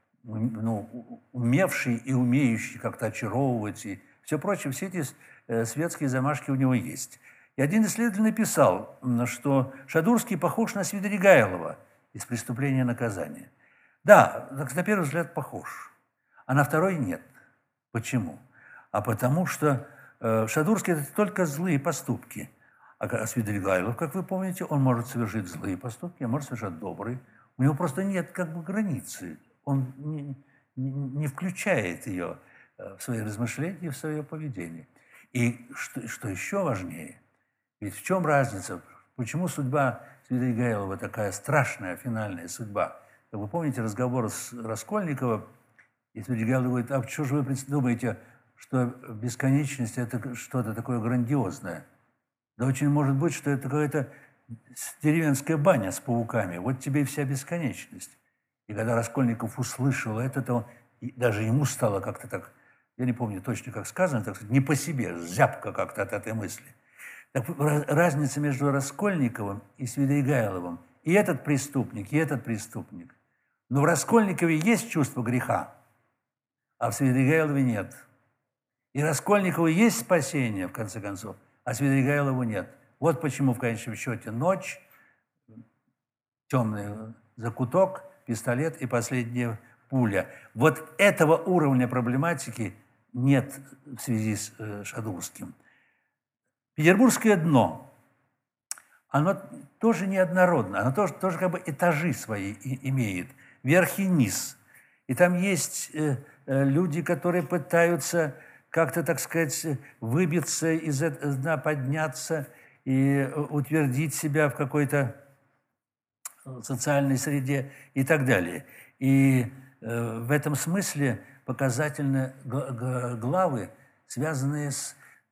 B: умевший и умеющий как-то очаровывать и все прочее, все эти светские замашки у него есть. И один исследователь написал, что Шадурский похож на Свидригайлова из «Преступления и наказания». Да, на первый взгляд похож, а на второй нет. Почему? А потому что Шадурский – это только злые поступки. А Свидригайлов, как вы помните, он может совершить злые поступки, а может совершать добрые. У него просто нет как бы границы. Он не включает ее в свои размышления, в свое поведение. И что еще важнее, ведь в чем разница? Почему судьба Свидригайлова такая страшная, финальная судьба? Вы помните разговор с Раскольниковым, и Свидригайлов говорит: а что же вы думаете, что бесконечность – это что-то такое грандиозное? Да очень может быть, что это какая-то деревенская баня с пауками. Вот тебе и вся бесконечность. И когда Раскольников услышал это, то даже ему стало как-то так, я не помню точно, как сказано, так сказать, не по себе, зябко как-то от этой мысли. Так разница между Раскольниковым и Свидригайловым, и этот преступник, и этот преступник. Но в Раскольникове есть чувство греха, а в Свидригайлове нет. И Раскольникову есть спасение, в конце концов, а Свидригайлову нет. Вот почему, в конечном счете, ночь, темный закуток, пистолет и последняя пуля. Вот этого уровня проблематики нет в связи с Шадурским. Петербургское дно, оно тоже неоднородно, оно тоже как бы этажи свои имеет, верх и низ. И там есть люди, которые пытаются как-то, так сказать, выбиться из дна, подняться и утвердить себя в какой-то социальной среде и так далее. И в этом смысле показательны главы, связанные с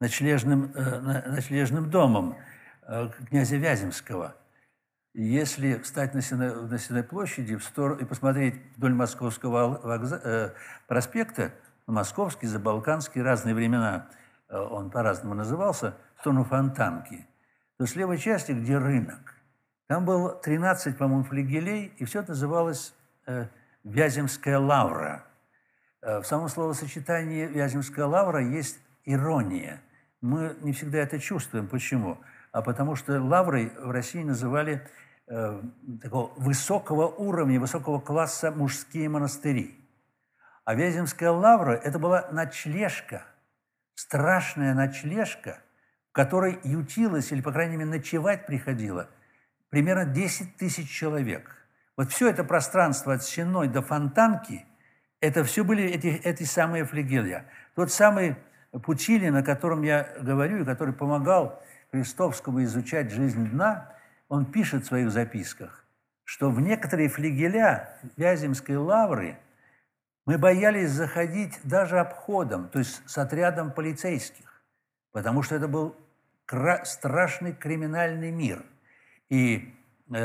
B: ночлежным домом князя Вяземского. Если встать на Сенной площади и посмотреть вдоль Московского проспекта, Московский, Забалканский, разные времена он по-разному назывался, в сторону Фонтанки, то с левой части, где рынок, там было 13, по-моему, флигелей, и все это называлось Вяземская лавра. В самом словосочетании Вяземская лавра есть ирония. Мы не всегда это чувствуем. Почему? А потому что лаврой в России называли такого высокого уровня, высокого класса мужские монастыри. А Вяземская лавра – это была ночлежка, страшная ночлежка, в которой ютилось, или, по крайней мере, ночевать приходило примерно 10 тысяч человек. Вот все это пространство от Сенной до Фонтанки – это все были эти самые флигеля. Тот самый Путилин, о котором я говорю, и который помогал Крестовскому изучать жизнь дна, он пишет в своих записках, что в некоторые флигеля Вяземской лавры мы боялись заходить даже обходом, то есть с отрядом полицейских, потому что это был страшный криминальный мир. И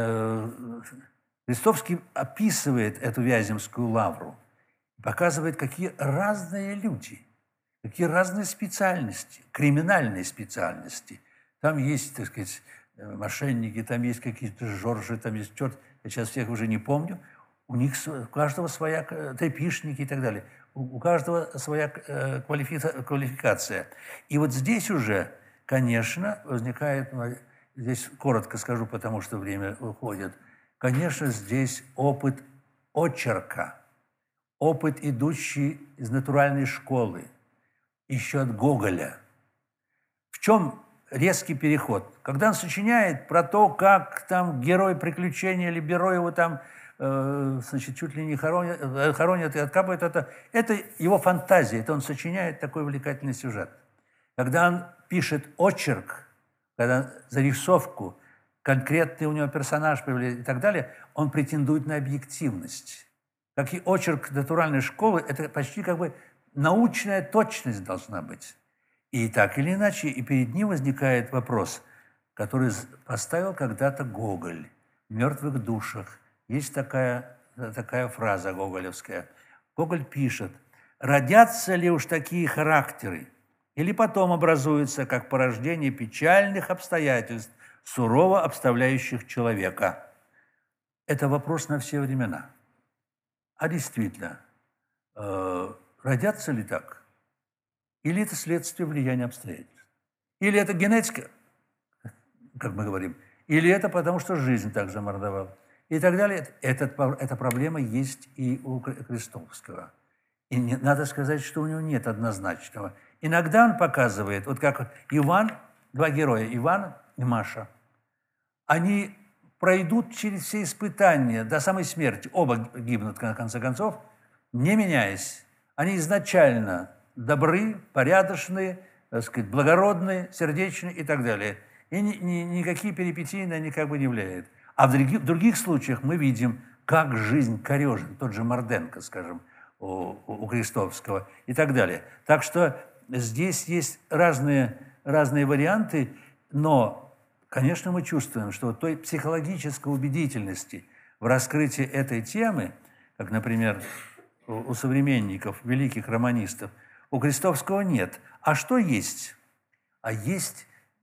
B: Крестовский описывает эту Вяземскую лавру, показывает, какие разные люди, какие разные специальности, криминальные специальности. Там есть, так сказать, мошенники, там есть какие-то Жоржи, там есть черт, я сейчас всех уже не помню. У них у каждого своя, трепишники и так далее. У каждого своя квалификация. И вот здесь уже, конечно, возникает, здесь коротко скажу, потому что время уходит, конечно, здесь опыт очерка, опыт, идущий из натуральной школы, еще от Гоголя. В чем резкий переход? Когда он сочиняет про то, как там герой приключения или Бероева там, значит, чуть ли не хоронят и откапывают, это его фантазия, это он сочиняет такой увлекательный сюжет. Когда он пишет очерк, когда зарисовку, конкретный у него персонаж появляется и так далее, он претендует на объективность. Как и очерк натуральной школы, это почти как бы научная точность должна быть. И так или иначе, и перед ним возникает вопрос, который поставил когда-то Гоголь в «Мертвых душах». Есть такая фраза гоголевская. Гоголь пишет: «Родятся ли уж такие характеры, или потом образуются как порождение печальных обстоятельств, сурово обставляющих человека?» Это вопрос на все времена. А действительно, родятся ли так? Или это следствие влияния обстоятельств? Или это генетика, как мы говорим? Или это потому, что жизнь так замордовала? И так далее. Эта проблема есть и у Крестовского. И надо сказать, что у него нет однозначного. Иногда он показывает, вот как Иван, два героя, Иван и Маша, они пройдут через все испытания до самой смерти. Оба гибнут, в конце концов, не меняясь. Они изначально добры, порядочные, так сказать, благородные, сердечные и так далее. И никакие перипетии на них как бы не влияют. А в других случаях мы видим, как жизнь корежит. Тот же Морденко, скажем, у Крестовского и так далее. Так что здесь есть разные варианты, но, конечно, мы чувствуем, что той психологической убедительности в раскрытии этой темы, как, например, у современников, великих романистов, у Крестовского нет. А что есть? А есть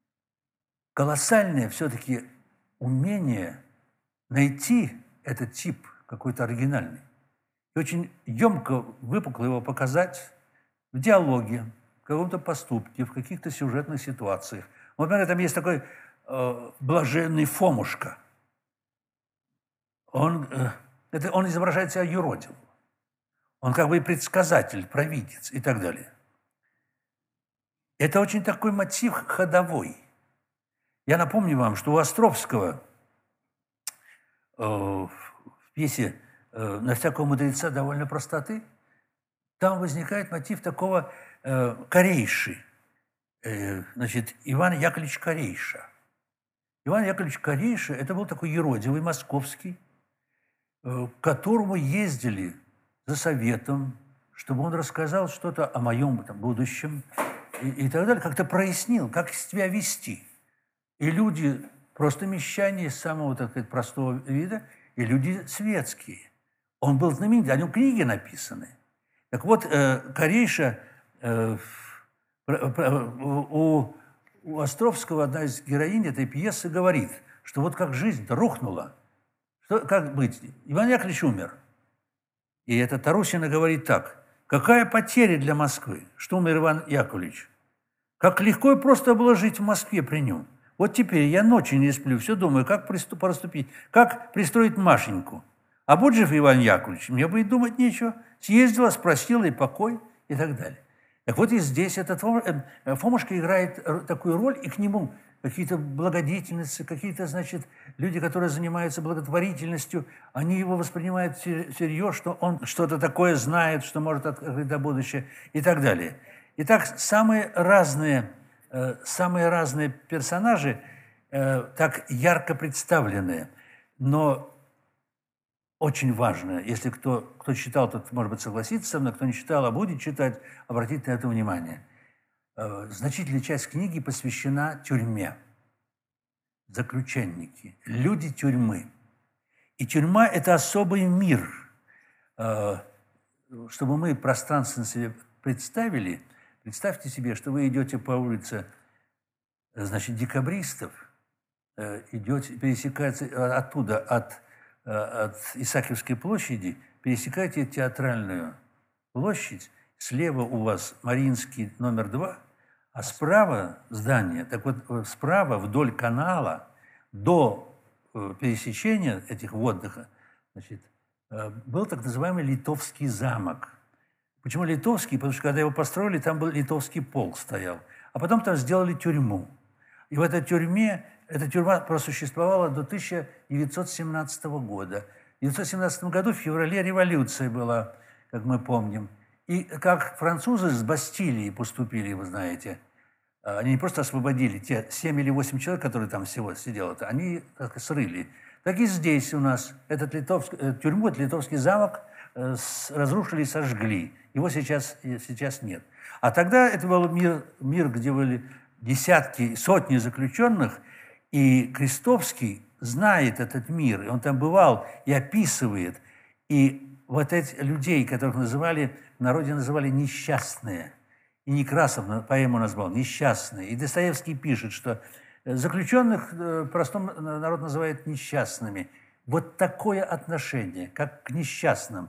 B: колоссальное все-таки умение найти этот тип какой-то оригинальный. И очень емко, выпукло его показать в диалоге, в каком-то поступке, в каких-то сюжетных ситуациях. Вот, например, там есть такой блаженный Фомушка. Он Это он изображает себя юродивым. Он как бы и предсказатель, провидец и так далее. Это очень такой мотив ходовой. Я напомню вам, что у Островского в пьесе «На всякого мудреца довольно простоты» там возникает мотив такого Корейши, значит, Иван Яковлевич Корейша. Иван Яковлевич Корейша – это был такой юродивый московский, к которому ездили за советом, чтобы он рассказал что-то о моем там, будущем и так далее, как-то прояснил, как себя вести. И люди, просто мещане самого, так сказать, простого вида, и люди светские. Он был знаменит, о нем книги написаны. Так вот, Корейша, у Островского одна из героинь этой пьесы говорит, что вот как жизнь рухнула, что, как быть? Иван Яковлевич умер. И эта Тарусина говорит так: какая потеря для Москвы, что умер Иван Яковлевич. Как легко и просто было жить в Москве при нем. Вот теперь я ночью не сплю, все думаю, как поступить, как пристроить Машеньку. А будь жив Иван Яковлевич, мне бы и думать нечего. Съездила, спросила, и покой, и так далее. Так вот и здесь этот Фомушка играет такую роль, и к нему какие-то благодетельницы, какие-то, значит, люди, которые занимаются благотворительностью, они его воспринимают всерьез, что он что-то такое знает, что может открыть до будущего, и так далее. Итак, самые разные персонажи так ярко представлены, но очень важно, если кто читал, тот, может быть, согласится со мной, кто не читал, а будет читать, обратить на это внимание. Значительная часть книги посвящена тюрьме. Заключенники, люди тюрьмы. И тюрьма – это особый мир. Чтобы мы пространственно себе представили, представьте себе, что вы идете по улице, значит, декабристов, идете, пересекаете оттуда, от Исаакиевской площади, пересекаете Театральную площадь, слева у вас Мариинский номер 2, а справа здание, так вот справа вдоль канала до пересечения этих водных, значит, был так называемый Литовский замок. Почему Литовский? Потому что когда его построили, там был Литовский полк стоял, а потом там сделали тюрьму. И в этой тюрьме, эта тюрьма просуществовала до 1917 года. В 1917 году в феврале революция была, как мы помним. И как французы с Бастилии поступили, вы знаете, они не просто освободили те 7 или 8 человек, которые там всего сидели, они так срыли. Так и здесь у нас тюрьму, этот Литовский замок разрушили и сожгли. Его сейчас нет. А тогда это был мир, где были десятки, сотни заключенных, и Крестовский знает этот мир, и он там бывал и описывает. И вот этих людей, которых в народе называли несчастные, и Некрасов поэму назвал «Несчастные». И Достоевский пишет, что заключенных простой народ называет несчастными. Вот такое отношение, как к несчастным.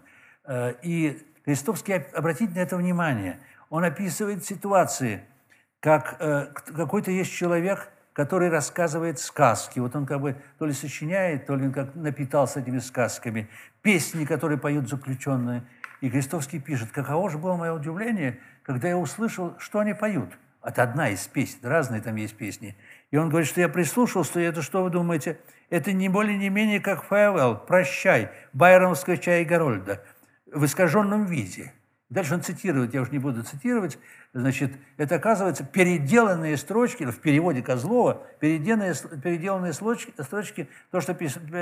B: И Крестовский, обратите на это внимание, он описывает ситуации, как какой-то есть человек, который рассказывает сказки. Вот он как бы то ли сочиняет, то ли он как напитался этими сказками. Песни, которые поют заключенные. И Крестовский пишет: каково же было мое удивление, когда я услышал, что они поют. Это одна из песен, разные там есть песни. И он говорит, что я прислушался, и это что вы думаете? Это не более не менее как «Farewell», «Прощай», байроновская «Чай Гарольда» в искаженном виде. Дальше он цитирует, я уже не буду цитировать, значит, это, оказывается, переделанные строчки, в переводе Козлова, переделанные строчки, то, что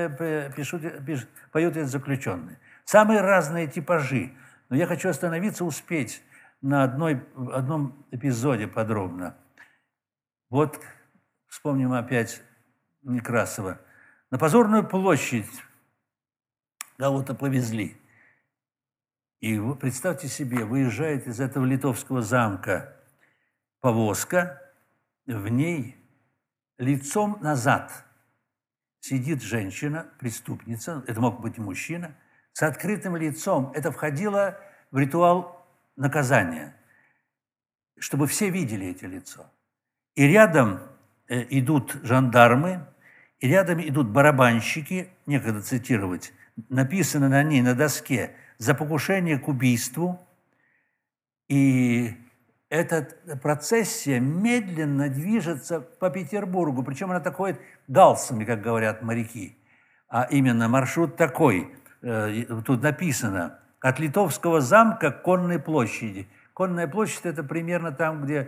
B: поют эти заключенные. Самые разные типажи. Но я хочу остановиться, успеть на одном эпизоде подробно. Вот вспомним опять Некрасова. На Позорную площадь кого-то повезли. И вы представьте себе, выезжает из этого литовского замка повозка, в ней лицом назад сидит женщина, преступница, это мог быть и мужчина, с открытым лицом. Это входило в ритуал наказания, чтобы все видели это лицо. И рядом идут жандармы, и рядом идут барабанщики, некогда цитировать, написано на ней, на доске, за покушение к убийству. И эта процессия медленно движется по Петербургу, причем она так ходит галсами, как говорят моряки. А именно маршрут такой, тут написано, от Литовского замка к Конной площади. Конная площадь – это примерно там, где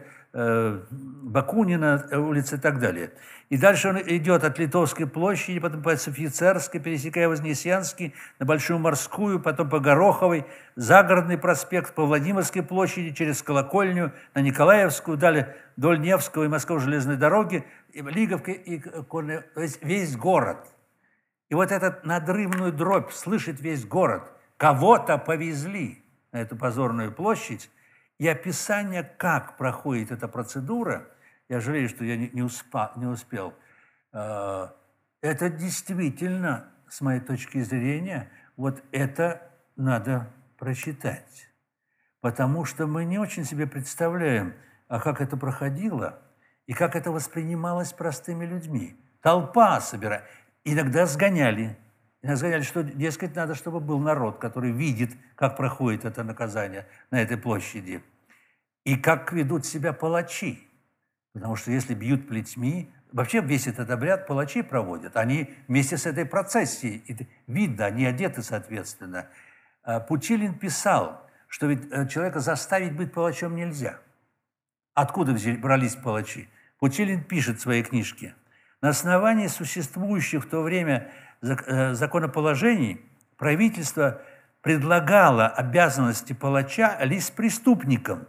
B: Бакунина улица и так далее. И дальше он идет от Литовской площади, потом по Офицерской, пересекая Вознесенский, на Большую Морскую, потом по Гороховой, Загородный проспект, по Владимирской площади, через Колокольню, на Николаевскую, далее вдоль Невского и Московской железной дороги, и Лиговка, и Конная, весь город. И вот эту надрывную дробь слышит весь город. Кого-то повезли на эту позорную площадь. И описание, как проходит эта процедура, я жалею, что я не успел, это действительно, с моей точки зрения, вот это надо прочитать. Потому что мы не очень себе представляем, как это проходило и как это воспринималось простыми людьми. Толпа собирает. Иногда сгоняли. Что, дескать, надо, чтобы был народ, который видит, как проходит это наказание на этой площади. И как ведут себя палачи. Потому что если бьют плетьми, вообще весь этот обряд палачи проводят. Они вместе с этой процессией, видно, они одеты соответственно. Путилин писал, что ведь человека заставить быть палачом нельзя. Откуда брались палачи? Путилин пишет в своей книжке. На основании существующих в то время законоположений правительство предлагало обязанности палача лишь преступникам,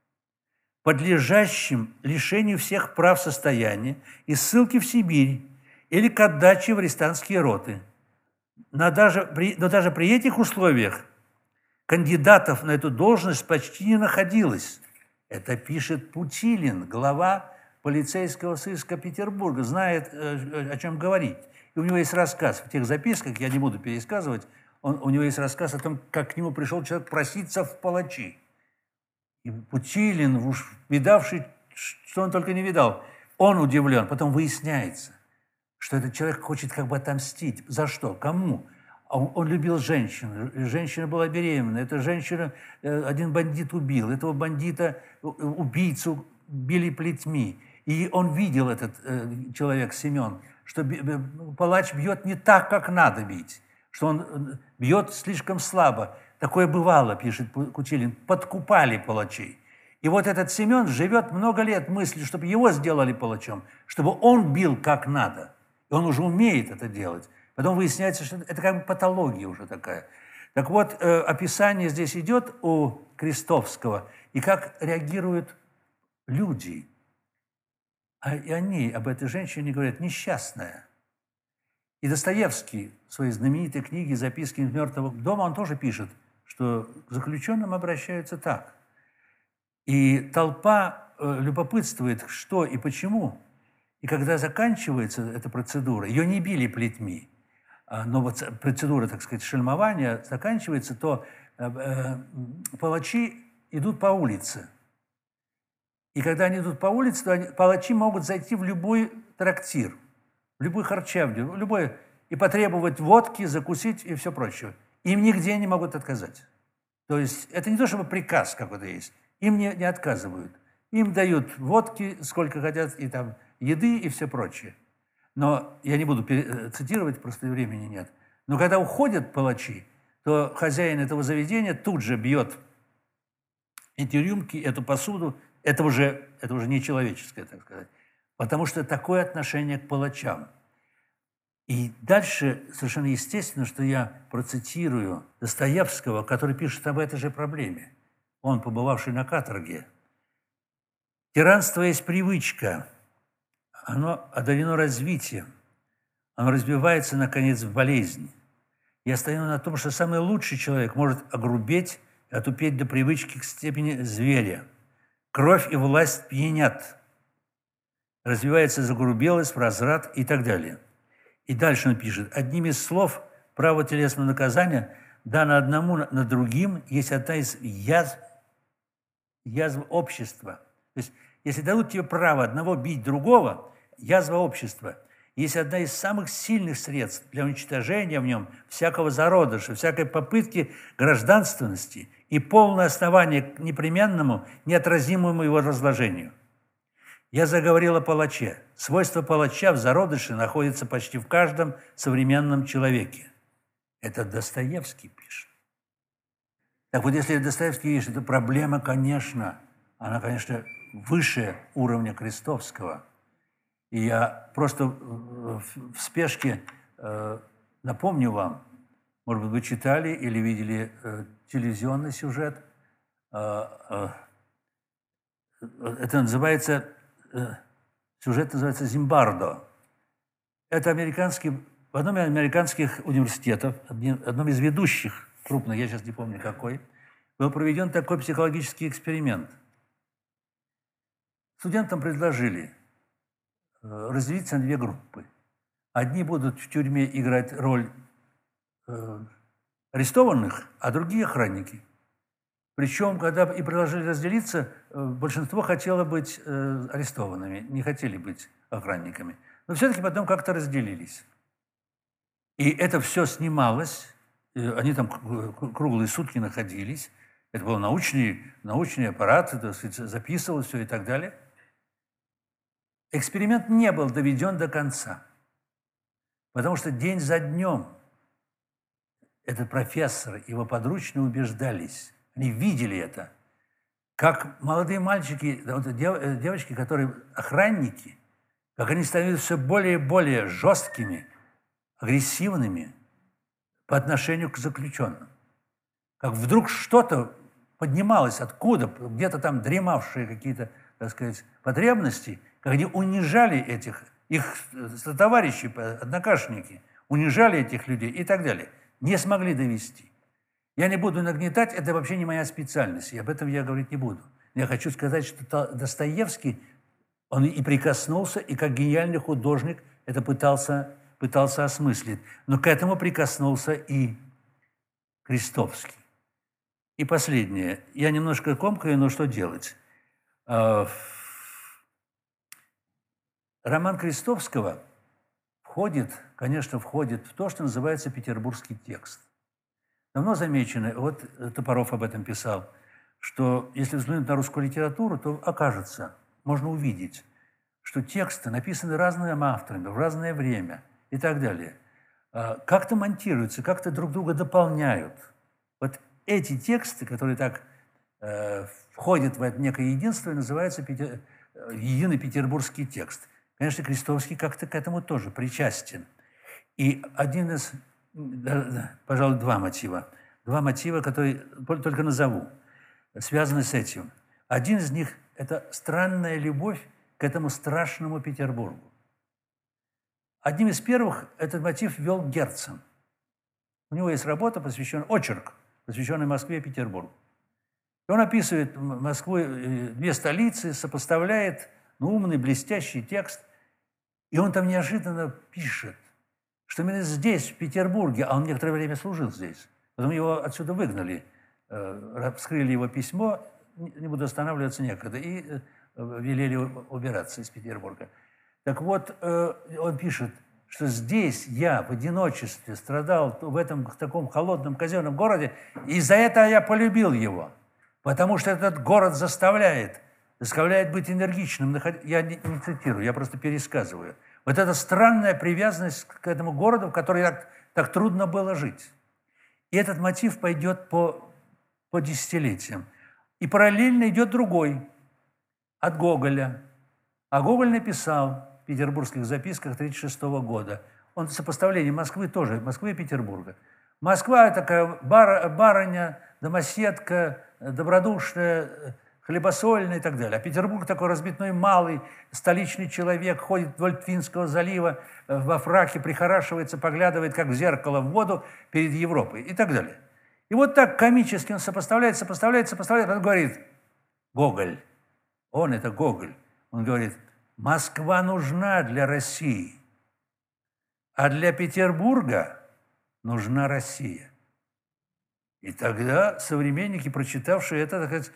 B: подлежащим лишению всех прав состояния и ссылке в Сибирь или к отдаче в арестантские роты. Но даже при этих условиях кандидатов на эту должность почти не находилось. Это пишет Путилин, глава полицейского сыска Петербурга, знает, о чем говорить. И у него есть рассказ в тех записках, я не буду пересказывать, у него есть рассказ о том, как к нему пришел человек проситься в палачи. И Путилин, уж видавший, что он только не видал, он удивлен. Потом выясняется, что этот человек хочет как бы отомстить. За что? Кому? Он любил женщину. Женщина была беременна. Эта женщина, один бандит убил. Этого бандита, убийцу, били плетьми. И он видел, этот человек, Семен, что палач бьет не так, как надо бить, что он бьет слишком слабо. Такое бывало, пишет Путилин, подкупали палачей. И вот этот Семен живет много лет мыслью, чтобы его сделали палачом, чтобы он бил как надо. И он уже умеет это делать. Потом выясняется, что это как бы патология уже такая. Так вот, описание здесь идет у Крестовского, и как реагируют люди. И они об этой женщине говорят «несчастная». И Достоевский в своей знаменитой книге «Записки из мертвого дома» он тоже пишет, что к заключенным обращаются так. И толпа любопытствует, что и почему. И когда заканчивается эта процедура, ее не били плетьми, но вот процедура, так сказать, шельмования заканчивается, то палачи идут по улице. И когда они идут по улице, то палачи могут зайти в любой трактир, в любой харчевню, любой, и потребовать водки, закусить и все прочее. Им нигде не могут отказать. То есть это не то, чтобы приказ какой-то есть. Им не отказывают. Им дают водки, сколько хотят, и там еды, и все прочее. Но я не буду цитировать, просто времени нет. Но когда уходят палачи, то хозяин этого заведения тут же бьет эти рюмки, эту посуду. Это уже нечеловеческое, так сказать. Потому что такое отношение к палачам. И дальше совершенно естественно, что я процитирую Достоевского, который пишет об этой же проблеме. Он, побывавший на каторге. «Тиранство есть привычка. Оно одарено развитием. Оно разбивается, наконец, в болезнь. Я стою на том, что самый лучший человек может огрубеть и отупеть до привычки к степени зверя. Кровь и власть пьянят. Развивается загрубелость, разврат и так далее». И дальше он пишет: «Одним из слов право телесного наказания дано одному над другим есть одна из язв общества». То есть, если дадут тебе право одного бить другого, язва общества. есть одна из самых сильных средств для уничтожения в нем всякого зародыша, всякой попытки гражданственности и полное основание к непременному, неотразимому его разложению. Я заговорил о палаче. Свойство палача в зародыше находится почти в каждом современном человеке. Это Достоевский пишет. Так вот, если Достоевский пишет, это проблема, конечно, она, конечно, выше уровня Крестовского. И я просто в спешке напомню вам, может быть, вы читали или видели телевизионный сюжет. Это называется, сюжет называется «Зимбардо». Это в одном из американских университетов, одном из ведущих крупных, я сейчас не помню какой, был проведен такой психологический эксперимент. Студентам предложили разделиться на две группы. Одни будут в тюрьме играть роль арестованных, а другие – охранники. Причем, когда и предложили разделиться, большинство хотело быть арестованными, не хотели быть охранниками. Но все-таки потом как-то разделились. И это все снималось, они там круглые сутки находились. Это был научный аппарат, так сказать, записывалось все и так далее. Эксперимент не был доведен до конца, потому что день за днем этот профессор и его подручные убеждались, они видели это, как молодые мальчики, девочки, которые охранники, как они становились все более и более жесткими, агрессивными по отношению к заключенным. Как вдруг что-то поднималось откуда, где-то там дремавшие какие-то, так сказать, потребности, как они унижали их товарищи, однокашники, унижали этих людей и так далее. Не смогли довести. Я не буду нагнетать, это вообще не моя специальность, и об этом я говорить не буду. Я хочу сказать, что Достоевский, он и прикоснулся, и как гениальный художник это пытался осмыслить. Но к этому прикоснулся и Крестовский. И последнее. Я немножко комкаю, но что делать? Роман Крестовского конечно, входит в то, что называется петербургский текст. Давно замечено, вот Топоров об этом писал, что если взглянуть на русскую литературу, то окажется, можно увидеть, что тексты написаны разными авторами в разное время и так далее. Как-то монтируются, как-то друг друга дополняют. Вот эти тексты, которые так входят в это некое единство, называются единый петербургский текст. Конечно, Крестовский как-то к этому тоже причастен. И один из, пожалуй, два мотива, которые только назову, связаны с этим. Один из них – это странная любовь к этому страшному Петербургу. Одним из первых этот мотив ввел Герцен. У него есть работа, очерк, посвященный Москве и Петербургу. И он описывает Москву, две столицы, сопоставляет умный, блестящий текст. И он там неожиданно пишет, что именно здесь, в Петербурге, а он некоторое время служил здесь, потом его отсюда выгнали, вскрыли его письмо, не буду останавливаться некогда, и велели убираться из Петербурга. Так вот, он пишет, что здесь я в одиночестве страдал в этом таком холодном казенном городе, и за это я полюбил его, потому что этот город заставляет быть энергичным. Я не цитирую, я просто пересказываю. Вот эта странная привязанность к этому городу, в который так трудно было жить. И этот мотив пойдет по десятилетиям. И параллельно идет другой, от Гоголя. А Гоголь написал в петербургских записках 1936 года. Он сопоставление Москвы и Петербурга. Москва – такая барыня, домоседка, добродушная, хлебосольный и так далее. А Петербург такой разбитной малый, столичный человек, ходит вдоль Финского залива, во фраке прихорашивается, поглядывает, как в зеркало, в воду перед Европой и так далее. И вот так комически он сопоставляет, он говорит, Гоголь, это Гоголь, он говорит, Москва нужна для России, а для Петербурга нужна Россия. И тогда современники, прочитавшие это, так сказать,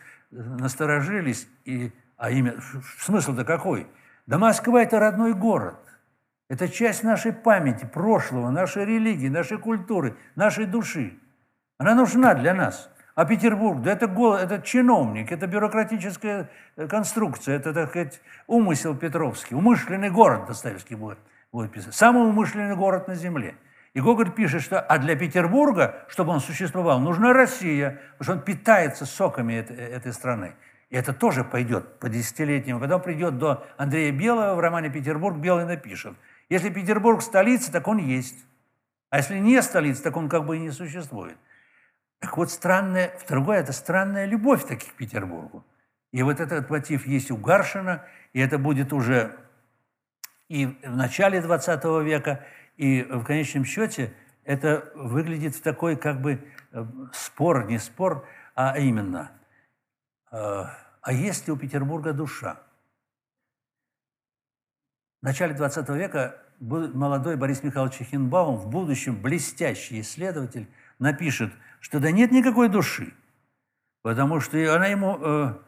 B: насторожились. Смысл-то какой? Да Москва – это родной город. Это часть нашей памяти, прошлого, нашей религии, нашей культуры, нашей души. Она нужна для нас. А Петербург, да это чиновник, это бюрократическая конструкция, это, так сказать, умысел Петровский, умышленный город Достоевский будет писать. Самый умышленный город на земле. И Гоголь пишет, что а для Петербурга, чтобы он существовал, нужна Россия, потому что он питается соками этой страны. И это тоже пойдет по десятилетиям. Когда он придет до Андрея Белого, в романе «Петербург» Белый напишет: если Петербург столица, так он есть. А если не столица, так он как бы и не существует. Так вот, другое – это странная любовь таких к Петербургу. И вот этот мотив есть у Гаршина, и это будет уже и в начале XX века, и в конечном счете это выглядит в такой как бы спор, не спор, а именно, а есть ли у Петербурга душа? В начале XX века молодой Борис Михайлович Эхенбаум, в будущем блестящий исследователь, напишет, что да нет никакой души, потому что она ему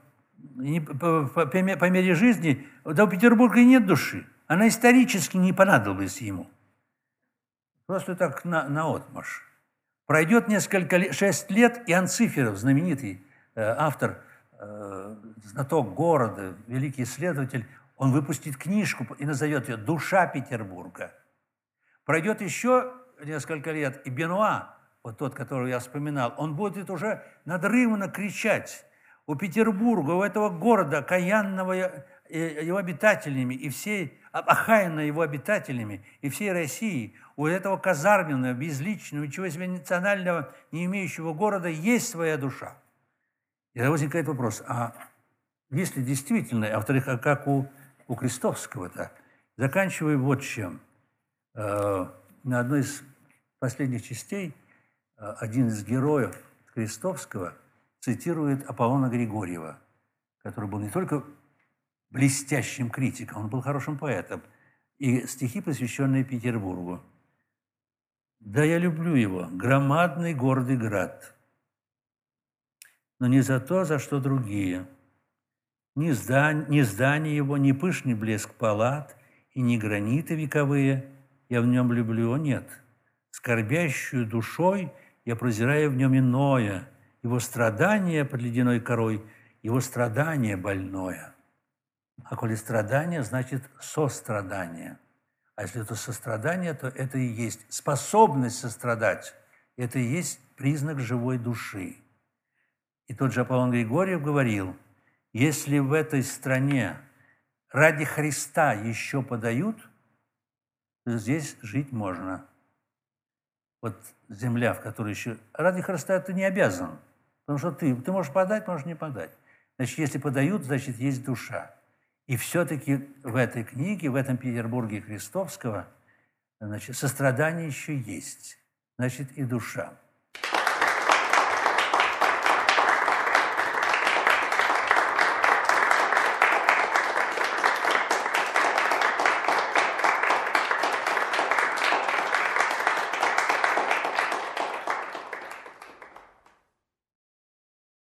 B: по мере жизни, да у Петербурга и нет души, она исторически не понадобилась ему. Просто так наотмашь. Пройдет несколько лет, 6 лет, и Анциферов, знаменитый автор, знаток города, великий исследователь, он выпустит книжку и назовет ее «Душа Петербурга». Пройдет еще несколько лет, и Бенуа, вот тот, которого я вспоминал, он будет уже надрывно кричать: у Петербурга, у этого города, окаянного его обитателями, и всей, охаянной его обитателями, и всей России, у этого казарменного, безличного, ничего себе национального, не имеющего города, есть своя душа. И тогда возникает вопрос, а если действительно, а во-вторых, а как у Крестовского-то? Заканчиваю вот чем. На одной из последних частей один из героев Крестовского цитирует Аполлона Григорьева, который был не только блестящим критиком, он был хорошим поэтом, и стихи, посвященные Петербургу. «Да, я люблю его, громадный гордый град, но не за то, за что другие. Ни здание его, ни пышный блеск палат, и ни граниты вековые я в нем люблю, нет. Скорбящую душой я прозираю в нем иное, его страдание под ледяной корой, его страдание больное. А коли страдание, значит сострадание. А если это сострадание, то это и есть способность сострадать. Это и есть признак живой души. И тот же Аполлон Григорьев говорил: если в этой стране ради Христа еще подают, то здесь жить можно. Вот земля, в которой еще... Ради Христа ты не обязан, потому что ты можешь подать, можешь не подать. Значит, если подают, значит, есть душа. И все-таки в этой книге, в этом Петербурге Крестовского, значит, сострадание еще есть, значит, и душа.